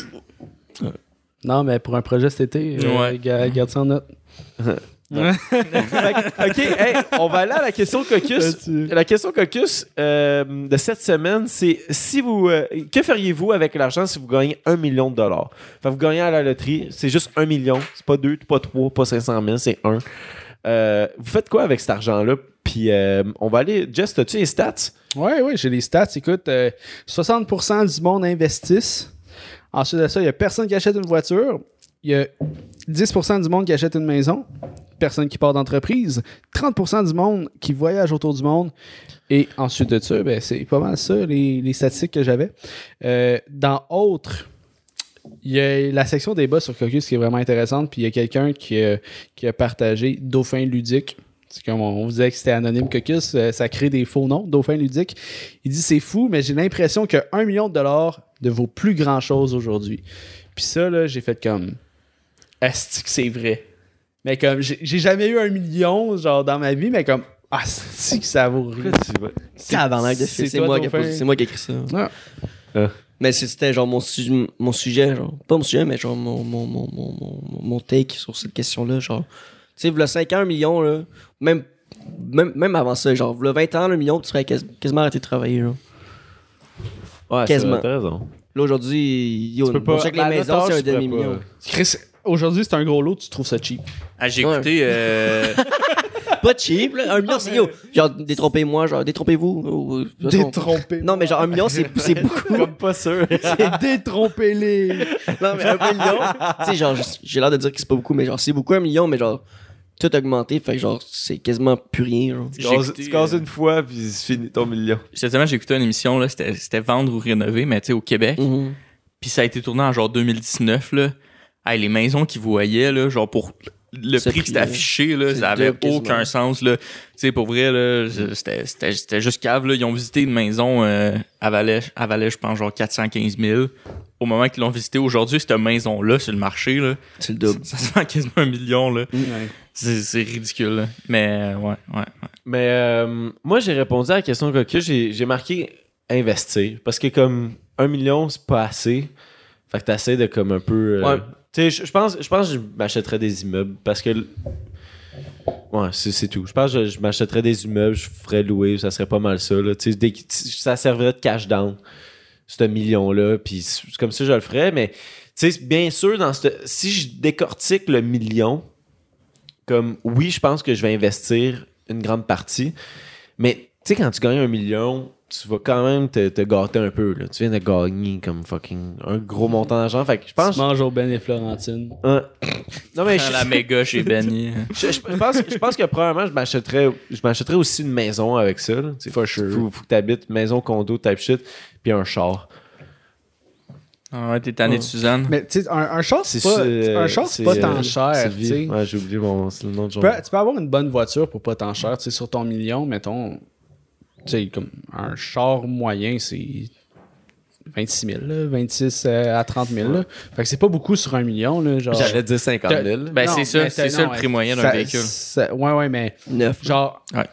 Non, mais pour un projet cet été, euh, Ouais. ga- garde ça en note. Fait que, ok, hey, on va aller à la question caucus. Là-dessus. La question caucus euh, de cette semaine, c'est si vous, euh, que feriez-vous avec l'argent si vous gagnez un million de dollars? Fait que vous gagnez à la loterie, c'est juste un million, c'est pas deux, pas trois, pas cinq cent mille, c'est un. Euh, vous faites quoi avec cet argent-là? Puis euh, on va aller. Jess, as-tu les stats? Oui, oui, j'ai les stats. Écoute, euh, soixante pour cent du monde investissent. Ensuite de ça, il n'y a personne qui achète une voiture. Il y a dix pour cent du monde qui achète une maison. Personne qui part d'entreprise. trente pour cent du monde qui voyage autour du monde. Et ensuite de ça, ben, c'est pas mal ça, les, les statistiques que j'avais. Euh, dans autres, il y a la section débat sur Caucus qui est vraiment intéressante. Puis il y a quelqu'un qui, a- qui a partagé Dauphin ludique. C'est comme on vous disait que c'était anonyme Caucus, euh, ça crée des faux noms, Dauphin ludique. Il dit c'est fou, mais j'ai l'impression que un million de dollars ne vaut plus grand chose aujourd'hui. Puis ça, là, j'ai fait comme asti que c'est vrai. Mais comme j'ai j'ai jamais eu un million genre dans ma vie, mais comme asti que ça vaut rien. C'est tabarnak de c'est fil. C'est toi, moi, qui ai Dauphin. posé- c'est moi qui ai écrit ça. Ah. Ah. Mais c'est- c'était genre mon, su- mon sujet, genre. Pas mon sujet, mais genre mon, mon, mon, mon, mon, mon take sur cette question-là. Genre, tu sais, v'là cinq ans, un million, là. Même, même, même avant ça, genre, v'là vingt ans, un million, tu serais quas- quasiment arrêté de travailler, là. Ouais, Quasiment. c'est vrai, t'as raison. Là, aujourd'hui, yo, Tu peux pas- on check ben, à les notre maisons, c'est âge, un tu pourrais demi-million. pas. Chris, aujourd'hui c'est un gros lot, tu trouves ça cheap. Ah, j'ai Ouais. écouté. Euh... Pas cheap, là. Un million, c'est yo. Genre, détrompez-moi, genre, détrompez-vous. ou- de toute façon- Détrompez. Non, mais genre, un million, c'est c'est beaucoup. Comme pas sûr. Détrompez-les. Non, mais un million, tu sais, genre, j'ai l'air de dire que c'est pas beaucoup, mais genre, c'est beaucoup un million, mais genre, tout augmenté, fait que genre, c'est quasiment plus rien, genre. Tu J'ai casses- écouté, tu casses euh, une fois, puis c'est fini ton million. Cette semaine, j'ai écouté une émission, là, c'était, c'était Vendre ou rénover, mais tu sais, au Québec. Mhm. Puis ça a été tourné en genre deux mille dix-neuf, là. Hey, les maisons qu'ils voyaient, là, genre pour le Ce prix que c'était prix-là. affiché, là, C'est ça avait double quasiment. aucun sens, là. Tu sais, pour vrai, là, je- c'était, c'était, c'était juste cave, là. Ils ont visité une maison euh, à Valais, à Valais, je pense, genre quatre cent quinze mille. Au moment qu'ils l'ont visité aujourd'hui, cette maison-là, sur le marché, là, C'est le double. ça se vend quasiment un million, là. Ouais. C'est, c'est ridicule, là. Mais, euh, ouais, ouais, ouais. Mais euh, moi, j'ai répondu à la question Caucus, j'ai, j'ai marqué investir. Parce que comme un million, c'est pas assez. Fait que t'essaies de comme un peu. euh, Ouais. Tu sais, je je pense, je pense que je m'achèterais des immeubles parce que. Ouais, c'est, c'est tout. Je pense que je, je m'achèterais des immeubles, je ferais louer, ça serait pas mal ça. Là. Tu sais, des- ça servirait de cash down, ce million-là. Puis c'est comme ça, je le ferais. Mais tu sais, bien sûr, dans cette, si je décortique le million, comme oui, je pense que je vais investir une grande partie. Mais tu sais, quand tu gagnes un million, tu vas quand même te, te gâter un peu. Là. Tu viens de gagner comme fucking un gros montant d'argent. Fait que je pense. Tu manges au Ben et Florentine. Hein. Non, mais je, La méga chez Benny. je, je pense, je pense que probablement je m'achèterais, je m'achèterais aussi une maison avec ça. Là, tu sais. For sure. Faut, faut que tu habites maison, condo, type shit, puis un char. Ah ouais, t'es tanné de Suzanne. Mais tu sais, un, un char, c'est pas, euh, un char, c'est pas tant euh, cher. Sylvie. Tu sais. Ouais, j'ai oublié mon, c'est le nom de Tu genre. peux, tu peux avoir une bonne voiture pour pas tant cher. Tu sais, sur ton million, mettons, tu sais, comme un char moyen, c'est vingt-six mille, là, vingt-six euh, à trente mille. Là. Fait que c'est pas beaucoup sur un million. Là, genre. J'allais dire cinquante T'as- mille. Ben, Non, c'est ça, mais c'est t'as- ça non, le prix moyen d'un ça- véhicule. ça- ouais, ouais, mais Neuf. genre, Ouais.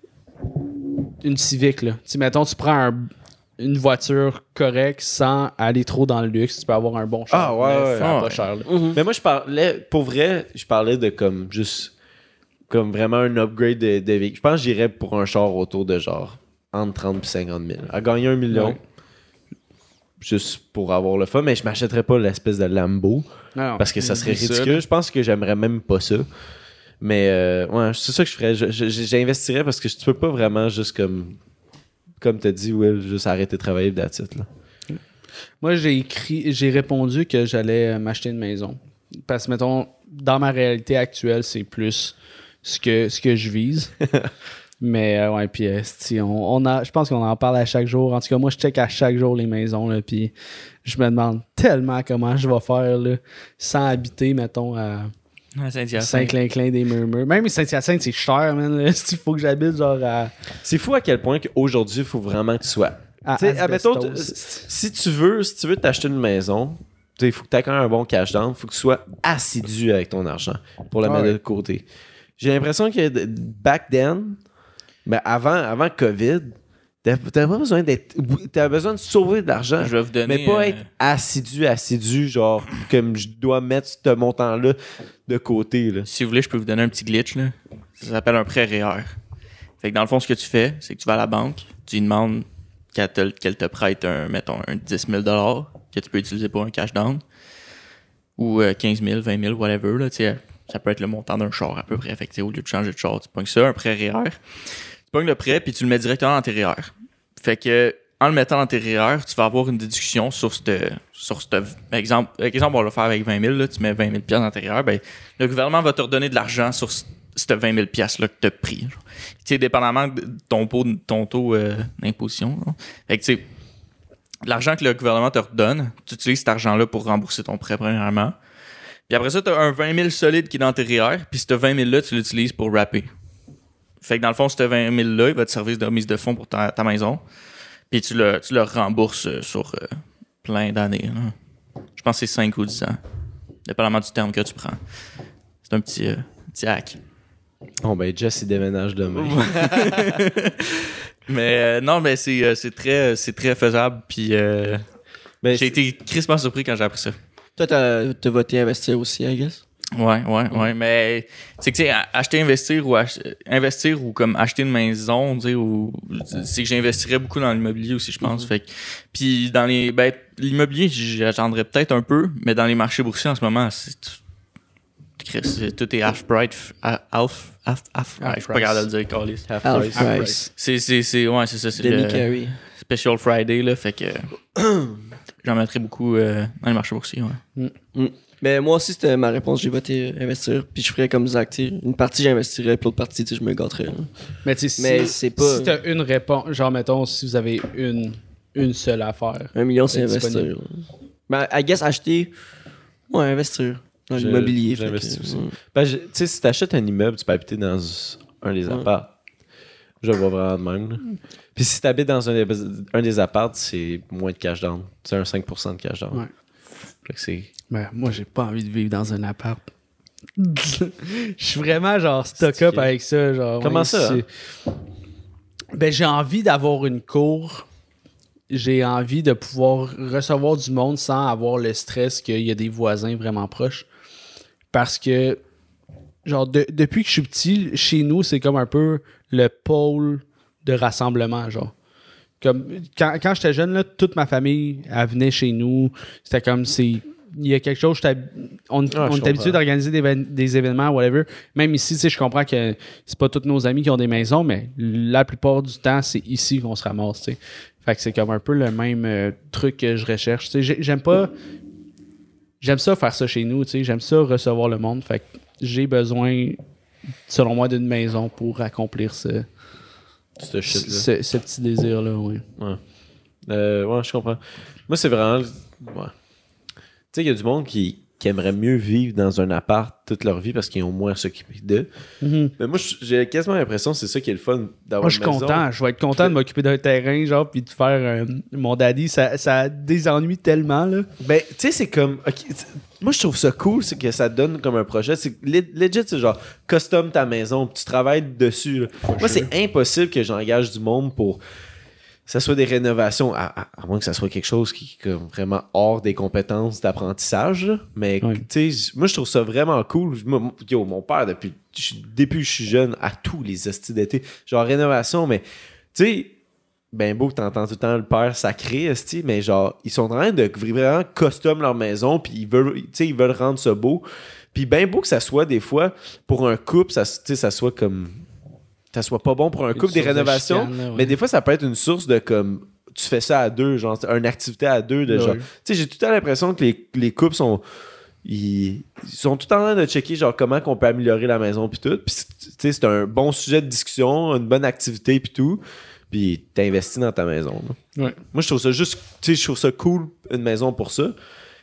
une Civic, là. Tu sais, mettons, tu prends un- une voiture correcte sans aller trop dans le luxe, tu peux avoir un bon char. Ah, ouais, mais ouais. ça va Ah, pas ouais. cher, là. Mhm. Mais moi, je parlais, pour vrai, je parlais de comme juste, comme vraiment un upgrade de, de véhicule. Je pense que j'irais pour un char autour de genre entre trente et cinquante mille. À gagner un million, Ouais. juste pour avoir le fun, mais je m'achèterais pas l'espèce de Lambo Non, non. parce que ça serait C'est ça, ridicule. là. Je pense que j'aimerais même pas ça. Mais euh, ouais, c'est ça que je ferais. Je- je- J'investirais parce que tu peux pas vraiment juste comme, comme t'as dit, Will, juste arrêter de travailler de la titre. Là. Moi, j'ai écrit, j'ai répondu que j'allais euh, m'acheter une maison. Parce que, mettons, dans ma réalité actuelle, c'est plus ce que, ce que je vise. Mais, euh, ouais, puis, euh, esti, on, on a, je pense qu'on en parle à chaque jour. En tout cas, moi, je check à chaque jour les maisons, là, puis je me demande tellement comment je vais faire, là, sans habiter, mettons, à, À Saint-Hyacinthe. Saint-Clinclin des Murmures. Même Saint-Hyacinthe, c'est cher, man. Il faut que j'habite genre à. C'est fou à quel point qu'aujourd'hui, il faut vraiment que tu sois. à Tu sais, admettons, t- Asbestos. si tu veux, si tu veux t'acheter une maison, il faut que tu aies quand même un bon cash down. Il faut que tu sois assidu avec ton argent pour le Ah mettre ouais. de côté. J'ai l'impression que d- back then, ben avant, avant COVID, t'avais t'avais pas besoin d'être. T'avais besoin de sauver de l'argent. Je vais vous donner. Mais pas euh, être assidu, assidu, genre comme je dois mettre ce montant-là de côté. Là. Si vous voulez, je peux vous donner un petit glitch. Là. Ça s'appelle un prêt R E E R. Fait que dans le fond, ce que tu fais, c'est que tu vas à la banque, tu lui demandes qu'elle te, qu'elle te prête un, mettons, un dix mille que tu peux utiliser pour un cash down. Ou euh, quinze mille, vingt mille, whatever. Là, tu sais, ça peut être le montant d'un char à peu près. Fait que, tu sais, au lieu de changer de char, tu pognes ça, un prêt R E E R. Tu pognes le prêt, puis tu le mets directement dans tes R E E R. Fait que, en le mettant dans tes R E E R, tu vas avoir une déduction sur ce sur cette exemple. Exemple, on va le faire avec vingt mille, là, tu mets vingt mille dans tes R E E R, ben, le gouvernement va te redonner de l'argent sur ce cette vingt mille là que tu as pris. Tu sais, dépendamment de ton taux, ton taux euh, d'imposition. Là. Fait que, tu sais, l'argent que le gouvernement te redonne, tu utilises cet argent-là pour rembourser ton prêt, premièrement. Puis après ça, tu as un vingt mille solide qui est dans tes R E E R, puis ce vingt mille-là, tu l'utilises pour rapper. Fait que dans le fond, ce vingt mille-là, il va te servir de remise de fonds pour ta, ta maison. Puis tu le, tu le rembourses sur euh, plein d'années. Là. Je pense que c'est cinq ou dix ans. Dépendamment du terme que tu prends. C'est un petit, euh, petit hack. Bon, ben, Jess, il déménage demain. mais euh, non, mais c'est, euh, c'est, très, c'est très faisable. Puis euh, Ben, j'ai été crispement surpris quand j'ai appris ça. Toi, t'as, t'as voté investir aussi, I guess? Ouais, ouais, ouais. Mais c'est que, tu sais, a- acheter, investir ou ach- investir ou comme acheter une maison, tu sais, ou c'est que j'investirais beaucoup dans l'immobilier aussi, je pense. Fait que, puis dans les, ben, l'immobilier, j'attendrais peut-être un peu, mais dans les marchés boursiers en ce moment, c'est tout, c'est- tout est half price, half, half, half, half, ouais, je suis pas capable de le dire, câlisse. half Half price. price. C'est, c'est, c'est, ouais, c'est ça, c'est Demi le carry. Special Friday, là, fait que j'en mettrais beaucoup euh, dans les marchés boursiers, ouais. Mais moi aussi, c'était ma réponse. J'ai voté euh, investir. Puis je ferais comme Zach. tu sais, une partie, j'investirais. Puis l'autre partie, tu sais, je me gâterais. là. Mais tu sais, Mais si, c'est pas- si t'as une réponse, genre, mettons, si vous avez une, une seule affaire. Un million, c'est C'est investir. disponible. là. Ben, I guess acheter. Ouais, investir. Dans Je- l'immobilier. fait j'investis que, aussi. ouais. Ben, je- tu sais, si t'achètes un immeuble, tu peux habiter dans un des Ouais. apparts. Je le vois vraiment de même. là. Puis si t'habites dans un des, un des apparts, c'est moins de cash down. C'est un cinq pour cent de cash down. Ouais. Fait que c'est... Ben, moi, j'ai pas envie de vivre dans un appart. Je suis vraiment, genre, stock up C'est- avec ça. Genre, Comment ouais, ça, c'est- Ben, j'ai envie d'avoir une cour. J'ai envie de pouvoir recevoir du monde sans avoir le stress qu'il y a des voisins vraiment proches. Parce que, genre, de- depuis que je suis petit, chez nous, c'est comme un peu le pôle de rassemblement, genre. Comme, quand, quand j'étais jeune, là, toute ma famille, elle venait chez nous. C'était comme, c'est... Il y a quelque chose, j'étais- on, Ah, on je est habitué comprends. d'organiser des, éven- des événements, whatever. Même ici, tu sais, je comprends que c'est pas tous nos amis qui ont des maisons, mais la plupart du temps, c'est ici qu'on se ramasse, tu sais. Fait que c'est comme un peu le même euh, truc que je recherche. Tu sais, j'ai- j'aime pas... J'aime ça faire ça chez nous, tu sais. J'aime ça recevoir le monde. Fait que j'ai besoin, selon moi, d'une maison pour accomplir ce, Ce shit-là. ce, ce petit désir-là, oui. Ouais. Euh, ouais, je comprends. Moi, c'est vraiment... Ouais. Tu sais, il y a du monde qui, qui aimerait mieux vivre dans un appart toute leur vie parce qu'ils ont moins à s'occuper d'eux. Mais moi, j'ai quasiment l'impression que c'est ça qui est le fun d'avoir Moi, je suis une maison. content. Je vais être content de m'occuper d'un terrain, genre, puis de faire euh, mon daddy. Ça, ça désennuie tellement, là. Ben, tu sais, c'est comme... ok, c'est- moi, je trouve ça cool, c'est que ça te donne comme un projet. C'est le- legit, c'est genre, custom ta maison, puis tu travailles dessus. là. Moi, c'est impossible que j'engage du monde pour... que ça soit des rénovations, à, à- à moins que ça soit quelque chose qui est comme vraiment hors des compétences d'apprentissage. là. Mais Ouais. tu sais, moi je trouve ça vraiment cool. Moi, moi, yo, mon père, depuis, je- depuis que je suis jeune, à tous les hosties d'été, genre rénovation, mais tu sais, ben beau que t'entends tout le temps le père sacré, hostie, mais genre, ils sont en train de vraiment custom leur maison, puis ils veulent, tu sais, ils veulent rendre ça beau. Puis ben beau que ça soit des fois, pour un couple, ça, tu sais, ça soit comme... ça soit pas bon pour un Une couple des source de rénovations, chicane, là, ouais. mais des fois ça peut être une source de comme tu fais ça à deux, genre une activité à deux de Ouais. genre. Tu sais, j'ai tout le temps l'impression que les, les couples sont ils, ils sont tout le temps en train de checker genre comment qu'on peut améliorer la maison puis tout. Puis tu sais, c'est un bon sujet de discussion, une bonne activité puis tout. Puis t'investis dans ta maison. là. Ouais. Moi je trouve ça juste, tu sais, je trouve ça cool une maison pour ça.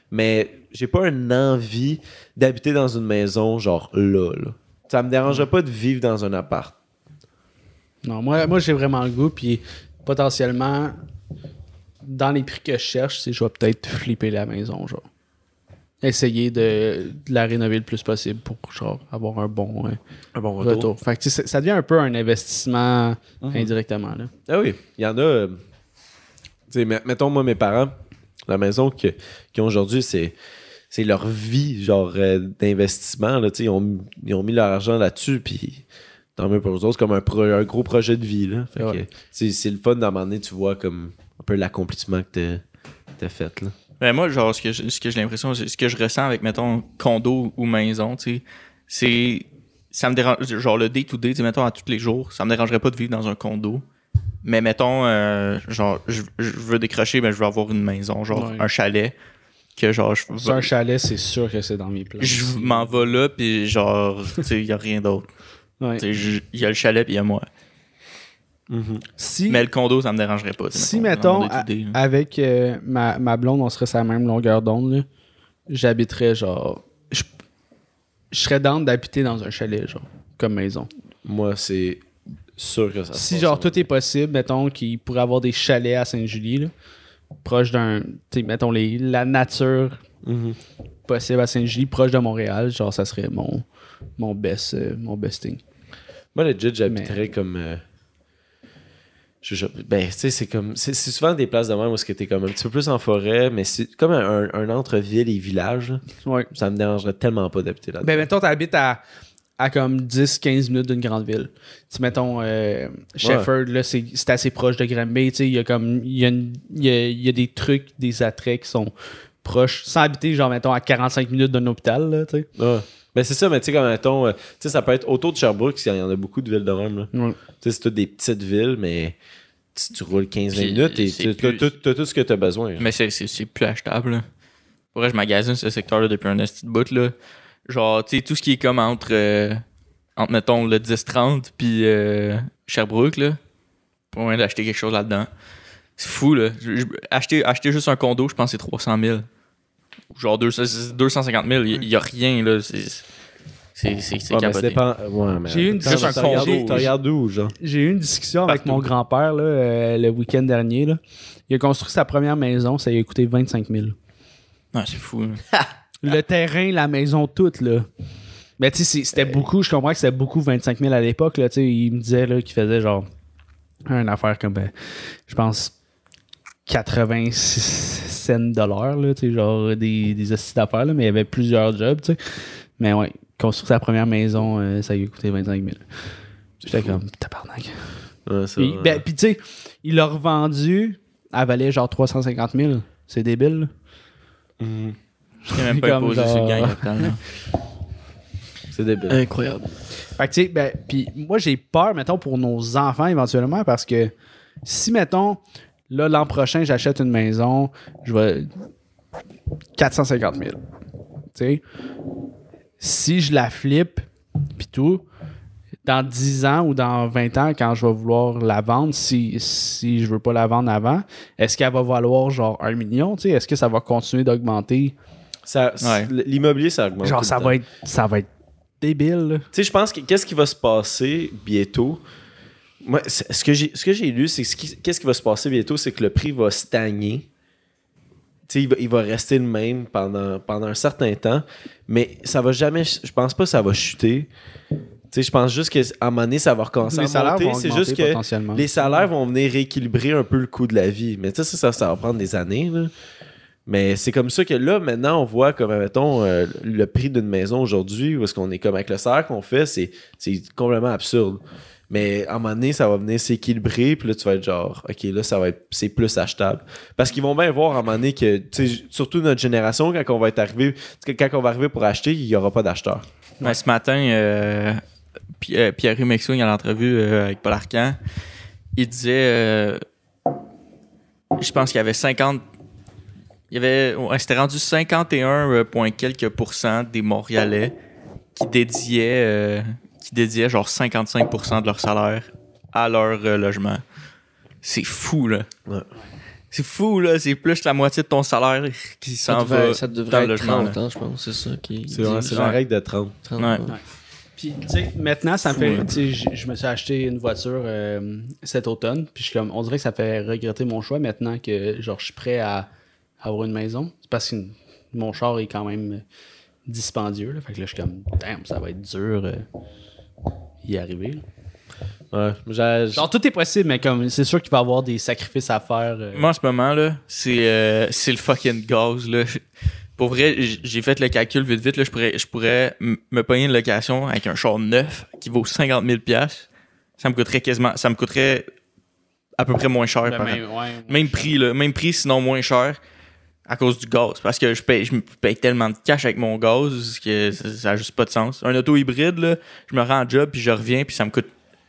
mais j'ai pas une envie d'habiter dans une maison, genre là, là. Ça me dérangerait pas de vivre dans un appart. Non, moi, moi j'ai vraiment le goût, puis potentiellement, dans les prix que je cherche, c'est je vais peut-être flipper la maison, genre. Essayer de, de la rénover le plus possible pour genre avoir un bon, euh, Un bon retour. retour. Fait que tu sais, ça, ça devient un peu un investissement Mhm. indirectement. Là. Ah oui, il y en a. euh, tu sais, met- mettons, moi, mes parents, la maison que- qu'ils ont aujourd'hui, c'est, c'est leur vie, genre, euh, d'investissement. Là, tu sais, ils, ont, ils ont mis leur argent là-dessus, puis tant mieux pour eux autres, c'est comme un, pro- un gros projet de vie. Là. Fait Ouais. que c'est, c'est le fun d'à un moment donné, tu vois, comme un peu l'accomplissement que t'as, t'as fait. Là. Ben moi, genre, ce que, je- ce que j'ai l'impression, c'est- ce que je ressens avec, mettons, condo ou maison, tu sais, c'est. Ça me dérange. Genre, le day-to-day, tu sais, mettons, à tous les jours, ça me dérangerait pas de vivre dans un condo. Mais mettons, euh, genre, je, je veux décrocher, ben, je veux avoir une maison, genre, Ouais. un chalet. Que, genre, je, C'est un chalet, c'est sûr que c'est dans mes plans. je m'en vais là, puis genre, tu sais, il y a rien d'autre. Ouais. Tu sais, il y a le chalet, puis il y a moi. Si, Mais le condo, ça me dérangerait pas. tu sais, si mettons, mettons, dans mon day-to-day, là. a- avec euh, ma, ma blonde, on serait sur la même longueur d'onde, là, j'habiterais genre. Je, je serais down d'habiter dans un chalet, genre, comme maison. Moi, c'est sûr que ça se Si passe, genre hein. tout est possible, mettons qu'il pourrait avoir des chalets à Sainte-Julie, là, proche d'un, tu sais, mettons les, la nature Mhm. possible à Sainte-Julie, proche de Montréal, genre ça serait mon mon best euh, mon best thing. Moi, legit, j'habiterais comme. euh, je- je- ben, tu sais, c'est comme. C'est, c'est souvent des places de même où est-ce que t'es comme un petit peu plus en forêt, mais c'est comme un, un, un entre-ville et village. là. Ouais. Ça me dérangerait tellement pas d'habiter là-dedans. Ben mettons t'habites à à comme dix à quinze minutes d'une grande ville. Tu sais, mettons euh, Shefford là, c'est, c'est assez proche de Granby, tu sais, il y a comme il y a, une- il y a, il y a des trucs, des attraits qui sont proches sans habiter genre mettons à quarante-cinq minutes d'un hôpital là, tu sais. Ouais. Ben, c'est ça, mais tu sais, comme mettons, euh, tu sais, ça peut être autour de Sherbrooke, il y en a beaucoup de villes de même. Là. Ouais. Tu sais, c'est toutes des petites villes, mais si tu roules quinze vingt Puis, minutes et c'est tu as plus- tout, t'as tout ce que tu as besoin. là. Mais c'est, c'est, c'est plus achetable. Là. Pour vrai, je magasine ce secteur-là depuis un esti de bout. Là. Genre, tu sais, tout ce qui est comme entre, euh, entre mettons, le dix trente puis euh, Sherbrooke, là, pour moyen d'acheter quelque chose là-dedans. C'est fou, là. Je- je- acheter, acheter juste un condo, je pense que c'est trois cent mille. Genre deux cents deux cent cinquante mille. Il n'y a rien, là. C'est, c'est, c'est, c'est Ouais, mais ça capoté. dépend. Ouais, mais J'ai eu une attends, discussion- tu regardes J'ai- où- tu regardes où, genre? J'ai eu une discussion avec Partout. mon grand-père là, euh, le week-end dernier. Là. Il a construit sa première maison, ça lui a coûté vingt-cinq mille. Ouais, c'est fou. Là. Le terrain, la maison, toute, là. Mais tu sais, c'est- c'était beaucoup, je comprends que c'était beaucoup vingt-cinq mille à l'époque, là. Tu sais, il me disait là, qu'il faisait genre une affaire comme, ben, je pense, quatre-vingt-six cents de l'heure, là. Tu sais, genre des, des hosties d'affaires, là. Mais il y avait plusieurs jobs, tu sais. Mais ouais, construire sa première maison, euh, ça lui a coûté vingt-cinq mille. J'étais comme, tabarnak. Ouais, ça, Puis, ouais. ben, puis tu sais, il l'a revendu, elle valait genre trois cent cinquante mille. C'est débile, là. Mhm. Je n'ai même pas Comme imposé genre- sur le gang capital, là. C'est débile. Incroyable. Fait que tu sais, ben, puis moi j'ai peur, mettons, pour nos enfants éventuellement, parce que si, mettons, là, l'an prochain, j'achète une maison, je vais. quatre cent cinquante mille. Tu sais, si je la flippe, puis tout, dans dix ans ou dans vingt ans, quand je vais vouloir la vendre, si, si je veux pas la vendre avant, est-ce qu'elle va valoir genre un million? Tu sais, est-ce que ça va continuer d'augmenter? Ça, Ouais. L'immobilier, ça augmente. Genre, tout ça le va, temps. être, ça va être débile. là. Tu sais, je pense que qu'est-ce qui va se passer bientôt? Moi, c'est- ce que j'ai, ce que j'ai lu, c'est que ce qui- qu'est-ce qui va se passer bientôt, c'est que le prix va stagner. Tu sais, il va, il va rester le même pendant, pendant un certain temps, mais ça va jamais. Je pense pas que ça va chuter. Tu sais, je pense juste qu'à un moment donné, ça va recommencer Les à salaires monter. vont C'est augmenter juste que potentiellement. les salaires vont venir rééquilibrer un peu le coût de la vie. Mais tu sais, ça, ça, ça va prendre des années. Là. Mais c'est comme ça que là, maintenant, on voit comme, mettons, euh, le prix d'une maison aujourd'hui, où est-ce qu'on est comme avec le salaire qu'on fait, c'est, c'est complètement absurde. Mais à un moment donné, ça va venir s'équilibrer, puis là, tu vas être genre, OK, là, ça va être, c'est plus achetable. Parce qu'ils vont bien voir à un moment donné que, tu sais, surtout notre génération, quand on va être arrivé, quand on va arriver pour acheter, il n'y aura pas d'acheteur. Ouais, ce matin, euh, Pi- euh, Pierre Mexougne, à l'entrevue euh, avec Paul Arcand, il disait, euh, je pense qu'il y avait cinquante, il y avait, ouais, c'était rendu cinquante et un euh, point quelques pourcents des Montréalais qui dédiaient, euh, qui dédiaient genre cinquante-cinq pour cent de leur salaire à leur euh, logement. C'est fou, là. Ouais. C'est fou, là. C'est plus que la moitié de ton salaire qui Ça s'en devrait, va ça dans devrait le être logement. trente là. ans, je pense. C'est ça qui C'est, ouais, c'est Ouais. la règle de trente. trente, Ouais. ouais. Puis, tu sais, maintenant, ça me Fou, fait. hein. Tu sais, je je me suis acheté une voiture euh, cet automne. Puis, je suis comme, on dirait que ça fait regretter mon choix maintenant que, genre, je suis prêt à, à avoir une maison. C'est parce que mon char est quand même dispendieux. Là. Fait que là, je suis comme, damn, ça va être dur euh, y arriver. là. Ouais. J'ai- j'ai- Genre, tout est possible, mais comme, c'est sûr qu'il va y avoir des sacrifices à faire. euh. Moi, en ce moment, là, c'est, euh, c'est le fucking gaz, là. Pour vrai, j- j'ai fait le calcul vite vite, là. Je pourrais, je pourrais m- me payer une location avec un char neuf qui vaut cinquante mille dollars. Ça me coûterait quasiment, ça me coûterait à peu près moins cher Ben, par an. même, ouais, Même prix, là. Même prix, sinon moins cher. À cause du gaz. Parce que je paye, je me paye tellement de cash avec mon gaz que ça, ça a juste pas de sens. Un auto hybride, là, je me rends en job puis je reviens puis ça me coûte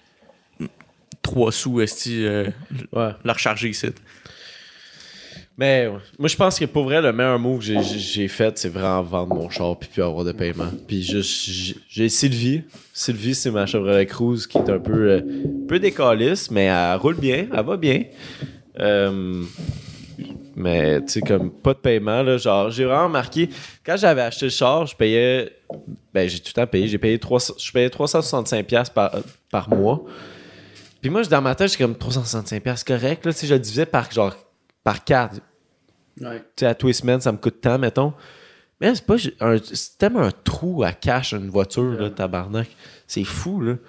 trois sous, esti, euh, Ouais. la recharger ici. Mais ouais. Moi, je pense que pour vrai, le meilleur move que j'ai, j'ai- j'ai fait, c'est vraiment vendre mon char puis plus avoir de paiement. Puis juste, j'ai, j'ai Sylvie. Sylvie, c'est ma Chevrolet Cruze qui est un peu, euh, peu décaliste, mais elle roule bien, elle va bien. Euh, mais tu sais, comme pas de paiement, là, genre, j'ai vraiment marqué. Quand j'avais acheté le char, je payais. Ben, j'ai tout le temps payé. J'ai payé trois cents je payais trois cent soixante-cinq dollars par, par mois. Puis moi, dans ma tête, j'étais comme trois cent soixante-cinq dollars, c'est correct, là, tu sais, je le divisais par genre, par quatre. Ouais. Tu sais, à tous les semaines, ça me coûte tant, mettons. Mais c'est pas un, c'est tellement un trou à cash, une voiture, là, tabarnak. C'est fou, là.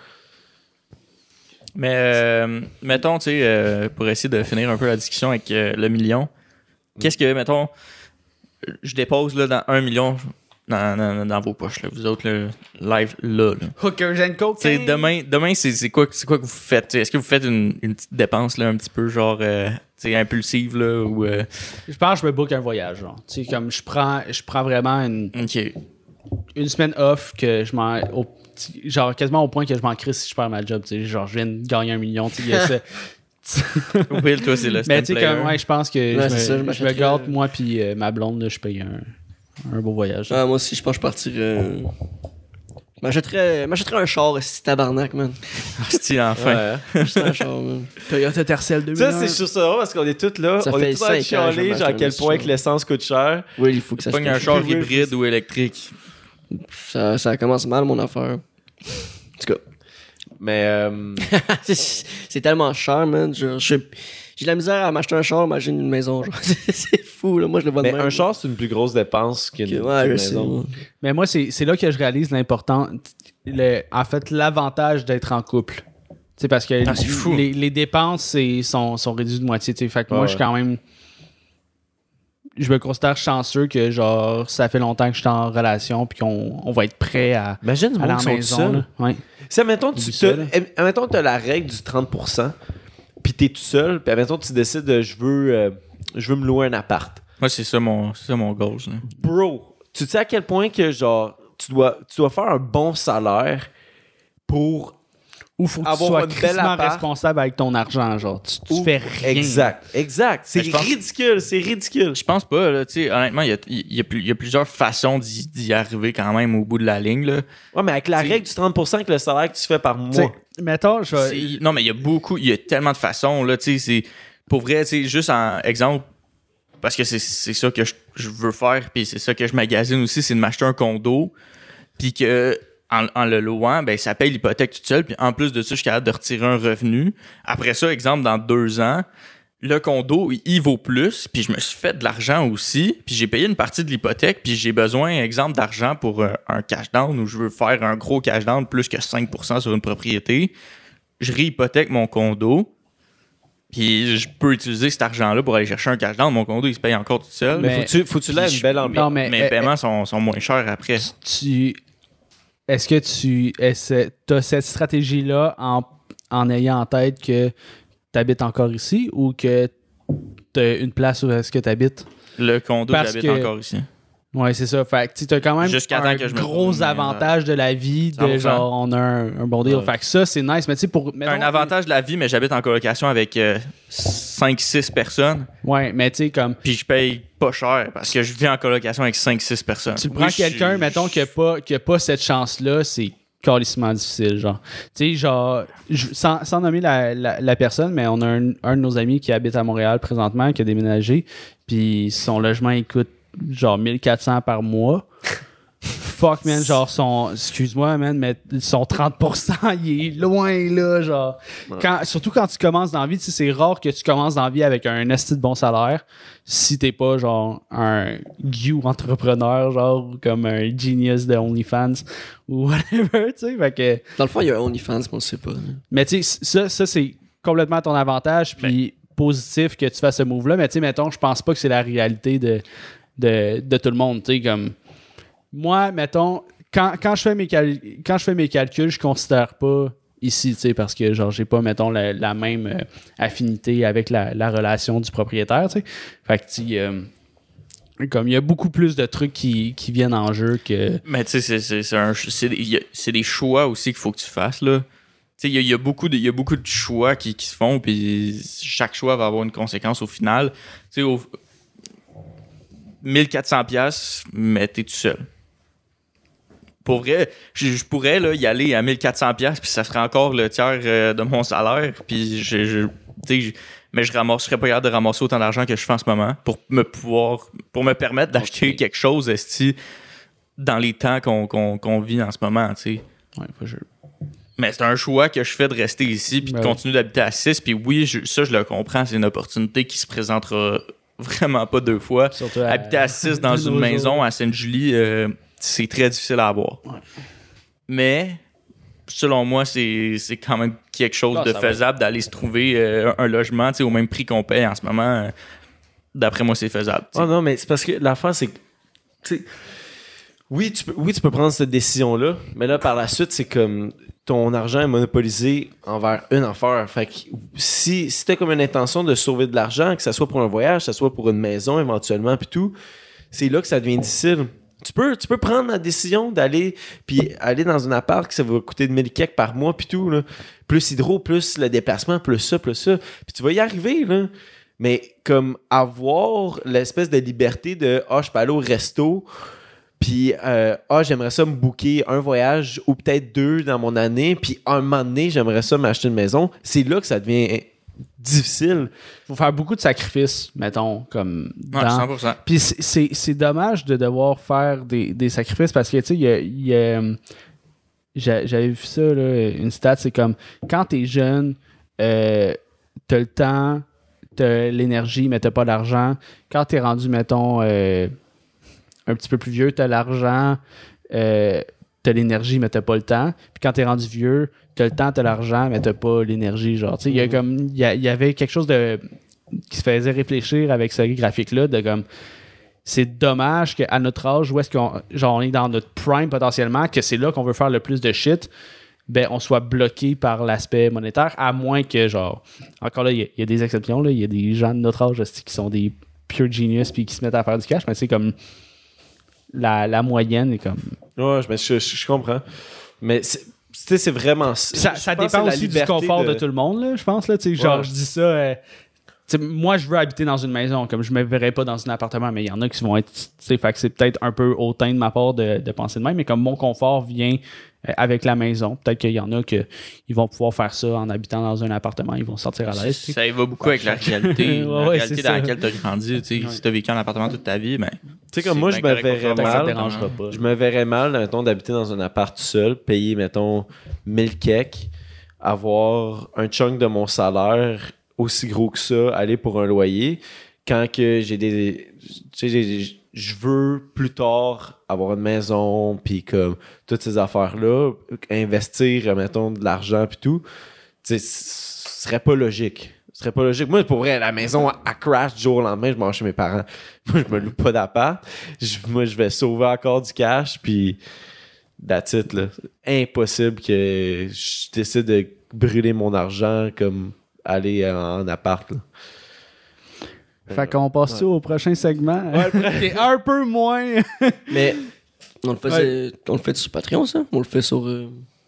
Mais euh, mettons, tu sais, euh, pour essayer de finir un peu la discussion avec euh, le million, qu'est-ce que, mettons, je dépose là, dans un million dans, dans, dans vos poches, là, vous autres, là, live, là. là. Hookers and coke. Tu sais, demain, demain c'est, c'est, quoi, c'est quoi que vous faites? T'sais, est-ce que vous faites une, une petite dépense là, un petit peu genre euh, t'sais, impulsive là, ou. Euh... Je pense que je me book un voyage. Genre. Tu sais, comme je prends, je prends vraiment une, Ok. une semaine off que je m'en. Au petit- genre quasiment au point que je m'en crisse si je perds ma job. Tu sais, genre, je viens de gagner un million. Tu sais, il y a ça. Will, toi, c'est le Mais stand tu sais, player. comme, ouais, je pense que Ouais, je, c'est me, ça, je je me m'achèterais- gâte, moi, puis euh, ma blonde, là, je paye un, un beau voyage. Ah, moi aussi, je pense que je partirais. euh, Je m'achèterais m'achèterais un char, c'est tabarnak, man. Hostie, enfin. Ouais. J'achèterais un char, man. Toyota Tercel deux mille un. Ça, c'est sur ça drôle parce qu'on est tous là. Ça on fait est tous à cinq ans que je chialer, m'achète genre à un quel petit point char. que l'essence coûte cher. Oui, il faut que ça Pogne un achète. char Oui, hybride ou électrique. Ça, ça commence mal, mon affaire. En tout cas, Mais euh, c'est, c'est tellement cher, man. Je- je- j'ai de la misère à m'acheter un char, imagine une maison. Genre. c'est, c'est fou, là. Moi, je le vois de mais même. un char, c'est une plus grosse dépense qu'une, Que- qu'une Ouais, je sais. maison. Mais moi, c'est, c'est là que je réalise l'important. Le, en fait, l'avantage d'être en couple. Tu sais, parce que Ah, c'est fou. les, les dépenses c'est, sont, sont réduites de moitié. Tu sais. Fait que Ouais, moi, je suis ouais. quand même. Je me considère chanceux que, genre, ça fait longtemps que je suis en relation puis qu'on on va être prêt à. Imagine du aller monde en qui sont maison. tout seuls. là. Ouais. Si, admettons, tu Oublie ça, là. t'as, admettons, t'as la règle du trente pour cent, puis t'es tout seul, puis admettons, tu décides de je veux, euh, je veux me louer un appart. Moi, c'est ça mon, c'est ça mon goal. là. Bro, tu sais à quel point que, genre, tu dois, tu dois faire un bon salaire pour Ou faut que tu Avoir sois une belle crissement appart. responsable avec ton argent. Genre, tu, tu Ou- fais rien. Exact, exact. C'est Mais je pense- ridicule, c'est ridicule. Je pense pas, là, tu sais, honnêtement, il y a, il y, a, plus- il y a plusieurs façons d'y, d'y arriver quand même au bout de la ligne, là. Ouais, mais avec la C'est- règle du trente pour cent avec le salaire que tu fais par Tu sais, mois. mettons, je vais. C'est- Non, mais il y a beaucoup, il y a tellement de façons, là, tu sais, c'est, pour vrai, tu sais, juste en exemple, parce que c'est, c'est ça que je, je veux faire, puis c'est ça que je magasine aussi, c'est de m'acheter un condo, puis que, en, en le louant, ben, ça paye l'hypothèque toute seule, puis en plus de ça, je suis capable de retirer un revenu. Après ça, exemple, dans deux ans, le condo, il, il vaut plus, puis je me suis fait de l'argent aussi, puis j'ai payé une partie de l'hypothèque, puis j'ai besoin, exemple, d'argent pour euh, un cash down, où je veux faire un gros cash down plus que cinq pour cent sur une propriété. Je réhypothèque mon condo, puis je peux utiliser cet argent-là pour aller chercher un cash down. Mon condo, il se paye encore tout seul. Mais Mais- faut-tu, faut-tu là Puis une je- belle ambiance. Non, mais. mais euh, les paiements sont, sont moins chers après. tu est-ce que tu as cette stratégie-là en, en ayant en tête que tu habites encore ici ou que tu as une place où est-ce que tu habites? Le condo, Parce j'habite que- encore ici. Ouais, c'est ça. Fait que tu as quand même Jusqu'à un temps que je me gros trouve, avantage de la vie de cent pour cent. genre on a un, un bon deal. Ouais. Fait que ça, c'est nice. Mais tu sais, pour. mettons- Un avantage de la vie, mais j'habite en colocation avec cinq six personnes, Ouais, mais tu sais, comme. puis je paye pas cher parce que je vis en colocation avec cinq six personnes. Tu le Oui, prends je quelqu'un, suis- mettons, qui n'a pas, qui a pas cette chance-là, c'est calissement difficile, genre. Tu sais, genre, je- sans, sans nommer la, la, la personne, mais on a un, un de nos amis qui habite à Montréal présentement, qui a déménagé, puis son logement, il coûte genre mille quatre cents par mois. Fuck, man, genre, son, excuse-moi, man, mais son trente pour cent, il est loin, là, genre. Quand, surtout quand tu commences dans la vie, tu sais, c'est rare que tu commences dans la vie avec un esti de bon salaire si t'es pas, genre, un you entrepreneur, genre, comme un genius de OnlyFans ou whatever, tu sais, fait que... Dans le fond, il y a un OnlyFans, mais on le sait pas. Mais tu sais, ça, ça c'est complètement à ton avantage, puis positif que tu fasses ce move-là, mais tu sais, mettons, je pense pas que c'est la réalité de, de, de tout le monde, tu sais, comme... Moi, mettons, quand, quand, je fais mes cal- quand je fais mes calculs, je considère pas ici, tu sais, parce que, genre, j'ai pas, mettons, la, la même euh, affinité avec la, la relation du propriétaire, tu sais. Fait que, tu euh, comme, il y a beaucoup plus de trucs qui, qui viennent en jeu que... Mais tu sais, c'est, c'est, c'est, un- c'est des- y a- c'est des choix aussi qu'il faut que tu fasses, là. Tu sais, il y a, il y a beaucoup de, il y a beaucoup de choix qui, qui se font, puis chaque choix va avoir une conséquence au final. Tu sais, au mille quatre cents piastres, mais t'es tout seul. Pour vrai, je, je pourrais là, y aller à mille quatre cents piastres, puis ça serait encore le tiers euh, de mon salaire, puis je, je, tu sais, je- mais je ramasserais pas capable de ramasser autant d'argent que je fais en ce moment pour me pouvoir, pour me permettre d'acheter Okay. quelque chose, esti, dans les temps qu'on, qu'on, qu'on vit en ce moment, tu sais. Ouais, faut que je... Mais c'est un choix que je fais de rester ici puis de Ben ouais. continuer d'habiter à six. Puis oui, je- ça, je le comprends. C'est une opportunité qui se présentera vraiment pas deux fois. Surtout à- Habiter à six dans de une nos maison jours. à Sainte-Julie, euh, c'est très difficile à avoir. Ouais. Mais selon moi, c'est, c'est quand même quelque chose Non, de ça va. faisable d'aller se trouver euh, un logement tu sais, au même prix qu'on paye en ce moment. Euh, D'après moi, c'est faisable. tu sais. Oh non, mais c'est parce que l'affaire, c'est que. Tu sais, oui, tu peux, oui, tu peux prendre cette décision-là, mais là, par la suite, c'est comme ton argent est monopolisé envers une affaire. Fait que si, si t'as comme une intention de sauver de l'argent, que ce soit pour un voyage, que ce soit pour une maison éventuellement, puis tout, c'est là que ça devient difficile. Tu peux, tu peux prendre la décision d'aller puis aller dans un appart que ça va coûter de mille kek par mois puis tout là. Plus hydro, plus le déplacement, plus ça, plus ça. Puis tu vas y arriver là. Mais comme avoir l'espèce de liberté de ah je peux aller au resto puis euh, ah j'aimerais ça me booker un voyage ou peut-être deux dans mon année puis un moment donné j'aimerais ça m'acheter une maison. C'est là que ça devient difficile. Faut faire beaucoup de sacrifices, mettons, comme Ouais, dans... cent pour cent. Puis c'est- c'est c'est dommage de devoir faire des, des sacrifices parce que, tu sais, il y a... il y a, hum, j'a- j'avais vu ça, là, une stat, c'est comme, quand t'es jeune, euh, t'as le temps, t'as l'énergie, mais t'as pas l'argent. Quand t'es rendu, mettons, euh, un petit peu plus vieux, t'as l'argent, euh, t'as l'énergie, mais t'as pas le temps. Puis quand t'es rendu vieux, t'as le temps, t'as l'argent, mais t'as pas l'énergie. Genre, tu sais, il y a comme, il y, a- il y avait quelque chose de qui se faisait réfléchir avec ce graphique-là, de comme, c'est dommage qu'à notre âge, où est-ce qu'on genre, on est dans notre prime potentiellement, que c'est là qu'on veut faire le plus de shit, ben on soit bloqué par l'aspect monétaire, à moins que, genre, encore là, il y, a- il y a des exceptions, là, il y a des gens de notre âge aussi, qui sont des pure genius puis qui se mettent à faire du cash, mais c'est comme la, la moyenne est comme... Ouais, je, je, je, je comprends. Mais c'est, tu sais, c'est vraiment. Ça, je ça pense que dépend c'est la aussi du liberté confort de... tout le monde, là, je pense. Là, tu sais, genre, Ouais. je dis ça. euh, tu sais, moi, je veux habiter dans une maison, comme je me verrais pas dans un appartement, mais il y en a qui vont être. Tu sais, fait que c'est peut-être un peu hautain de ma part de, de penser de même, mais comme mon confort vient euh, avec la maison, peut-être qu'il y en a qui vont pouvoir faire ça en habitant dans un appartement, ils vont sortir à l'aise. tu sais. Ça y va beaucoup avec la réalité, Ouais, la ouais, réalité c'est dans ça. laquelle tu as grandi. Tu sais, Ouais. Si tu as vécu en appartement toute ta vie, ben, Tu sais, comme moi, je me verrais Ça te mal. dérangera pas. Je me verrais mal, mettons, d'habiter dans un appart tout seul, payer, mettons, mille kek, avoir un chunk de mon salaire aussi gros que ça, aller pour un loyer, quand que j'ai des... Tu sais, j'ai- je veux plus tard avoir une maison, puis comme toutes ces affaires-là, investir, mettons, de l'argent, puis tout, tu sais, ce serait pas logique. Ce serait pas logique. Moi, pour vrai, la maison, à crash du jour au lendemain, je mange chez mes parents. Moi, je me loue pas d'appart. Je- moi, je vais sauver encore du cash, puis that's it, là. Impossible que je décide de brûler mon argent comme aller en appart, là. Fait qu'on passe au prochain segment. Qui est un peu moins. Mais On le faisait, on le fait sur Patreon, ça? On le fait sur euh,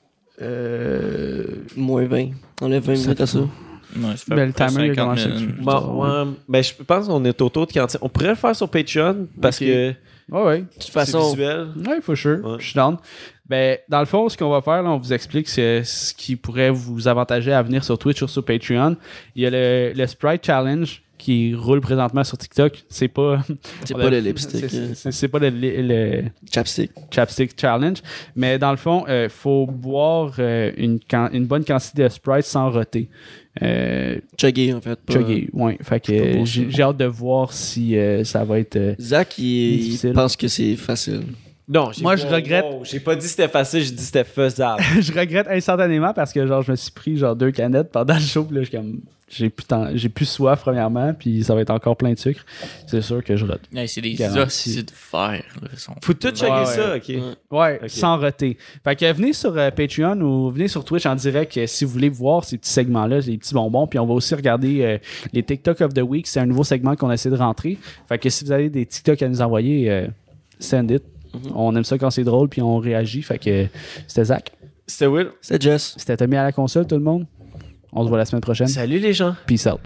euh, moins vingt. On enlève vingt Ça minutes à fait ça. Ouais, ça fait Ben, le près timer, il a cinquante commencé minutes. dessus. bon, ouais, ben, je pense qu'on est autour de quarante. On pourrait le faire sur Patreon parce Ok. que Ouais, ouais. De toute c'est façon, visuel. Ouais, for sure. Ouais. Je suis down. Ben, dans le fond, ce qu'on va faire, là, on vous explique ce, ce qui pourrait vous avantager à venir sur Twitch ou sur Patreon. Il y a le, le Sprite Challenge qui roule présentement sur TikTok. C'est pas... C'est on pas a- le lipstick. c'est- euh, C'est c'est pas le, le- le Chapstick. Chapstick Challenge. Mais dans le fond, il faut boire euh, une, can- une bonne quantité de Sprite sans roter. Euh, Chuggy, en fait. pas- chugger, ouais. Fait que pas euh, bon, j'ai ça. j'ai hâte de voir si euh, ça va être... euh, Zach, il, il Difficile. pense que c'est facile. Non, j'ai Moi, je wow, regrette- wow, j'ai pas dit que c'était facile, j'ai dit que c'était faisable. je regrette instantanément parce que genre je me suis pris genre deux canettes pendant le show puis là je suis comme j'ai plus temps- j'ai plus soif premièrement puis ça va être encore plein de sucre. C'est sûr que je rote. Hey, c'est des Garanti. hosties de fer. Là, ils sont- Faut tout checker Ouais, ça, ok. Ouais. Ouais, Ok. sans roter. Fait que venez sur euh, Patreon ou venez sur Twitch en direct euh, si vous voulez voir ces petits segments-là, les petits bonbons. Puis on va aussi regarder euh, les TikTok of the Week. C'est un nouveau segment qu'on essaie de rentrer. Fait que si vous avez des TikTok à nous envoyer, euh, send it. On aime ça quand c'est drôle puis on réagit. Fait que euh, c'était Zach. C'était Will. C'est Jess. C'était Tommy à la console, tout le monde. On se voit la semaine prochaine. Salut les gens. Peace out.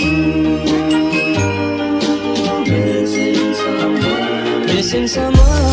Missing someone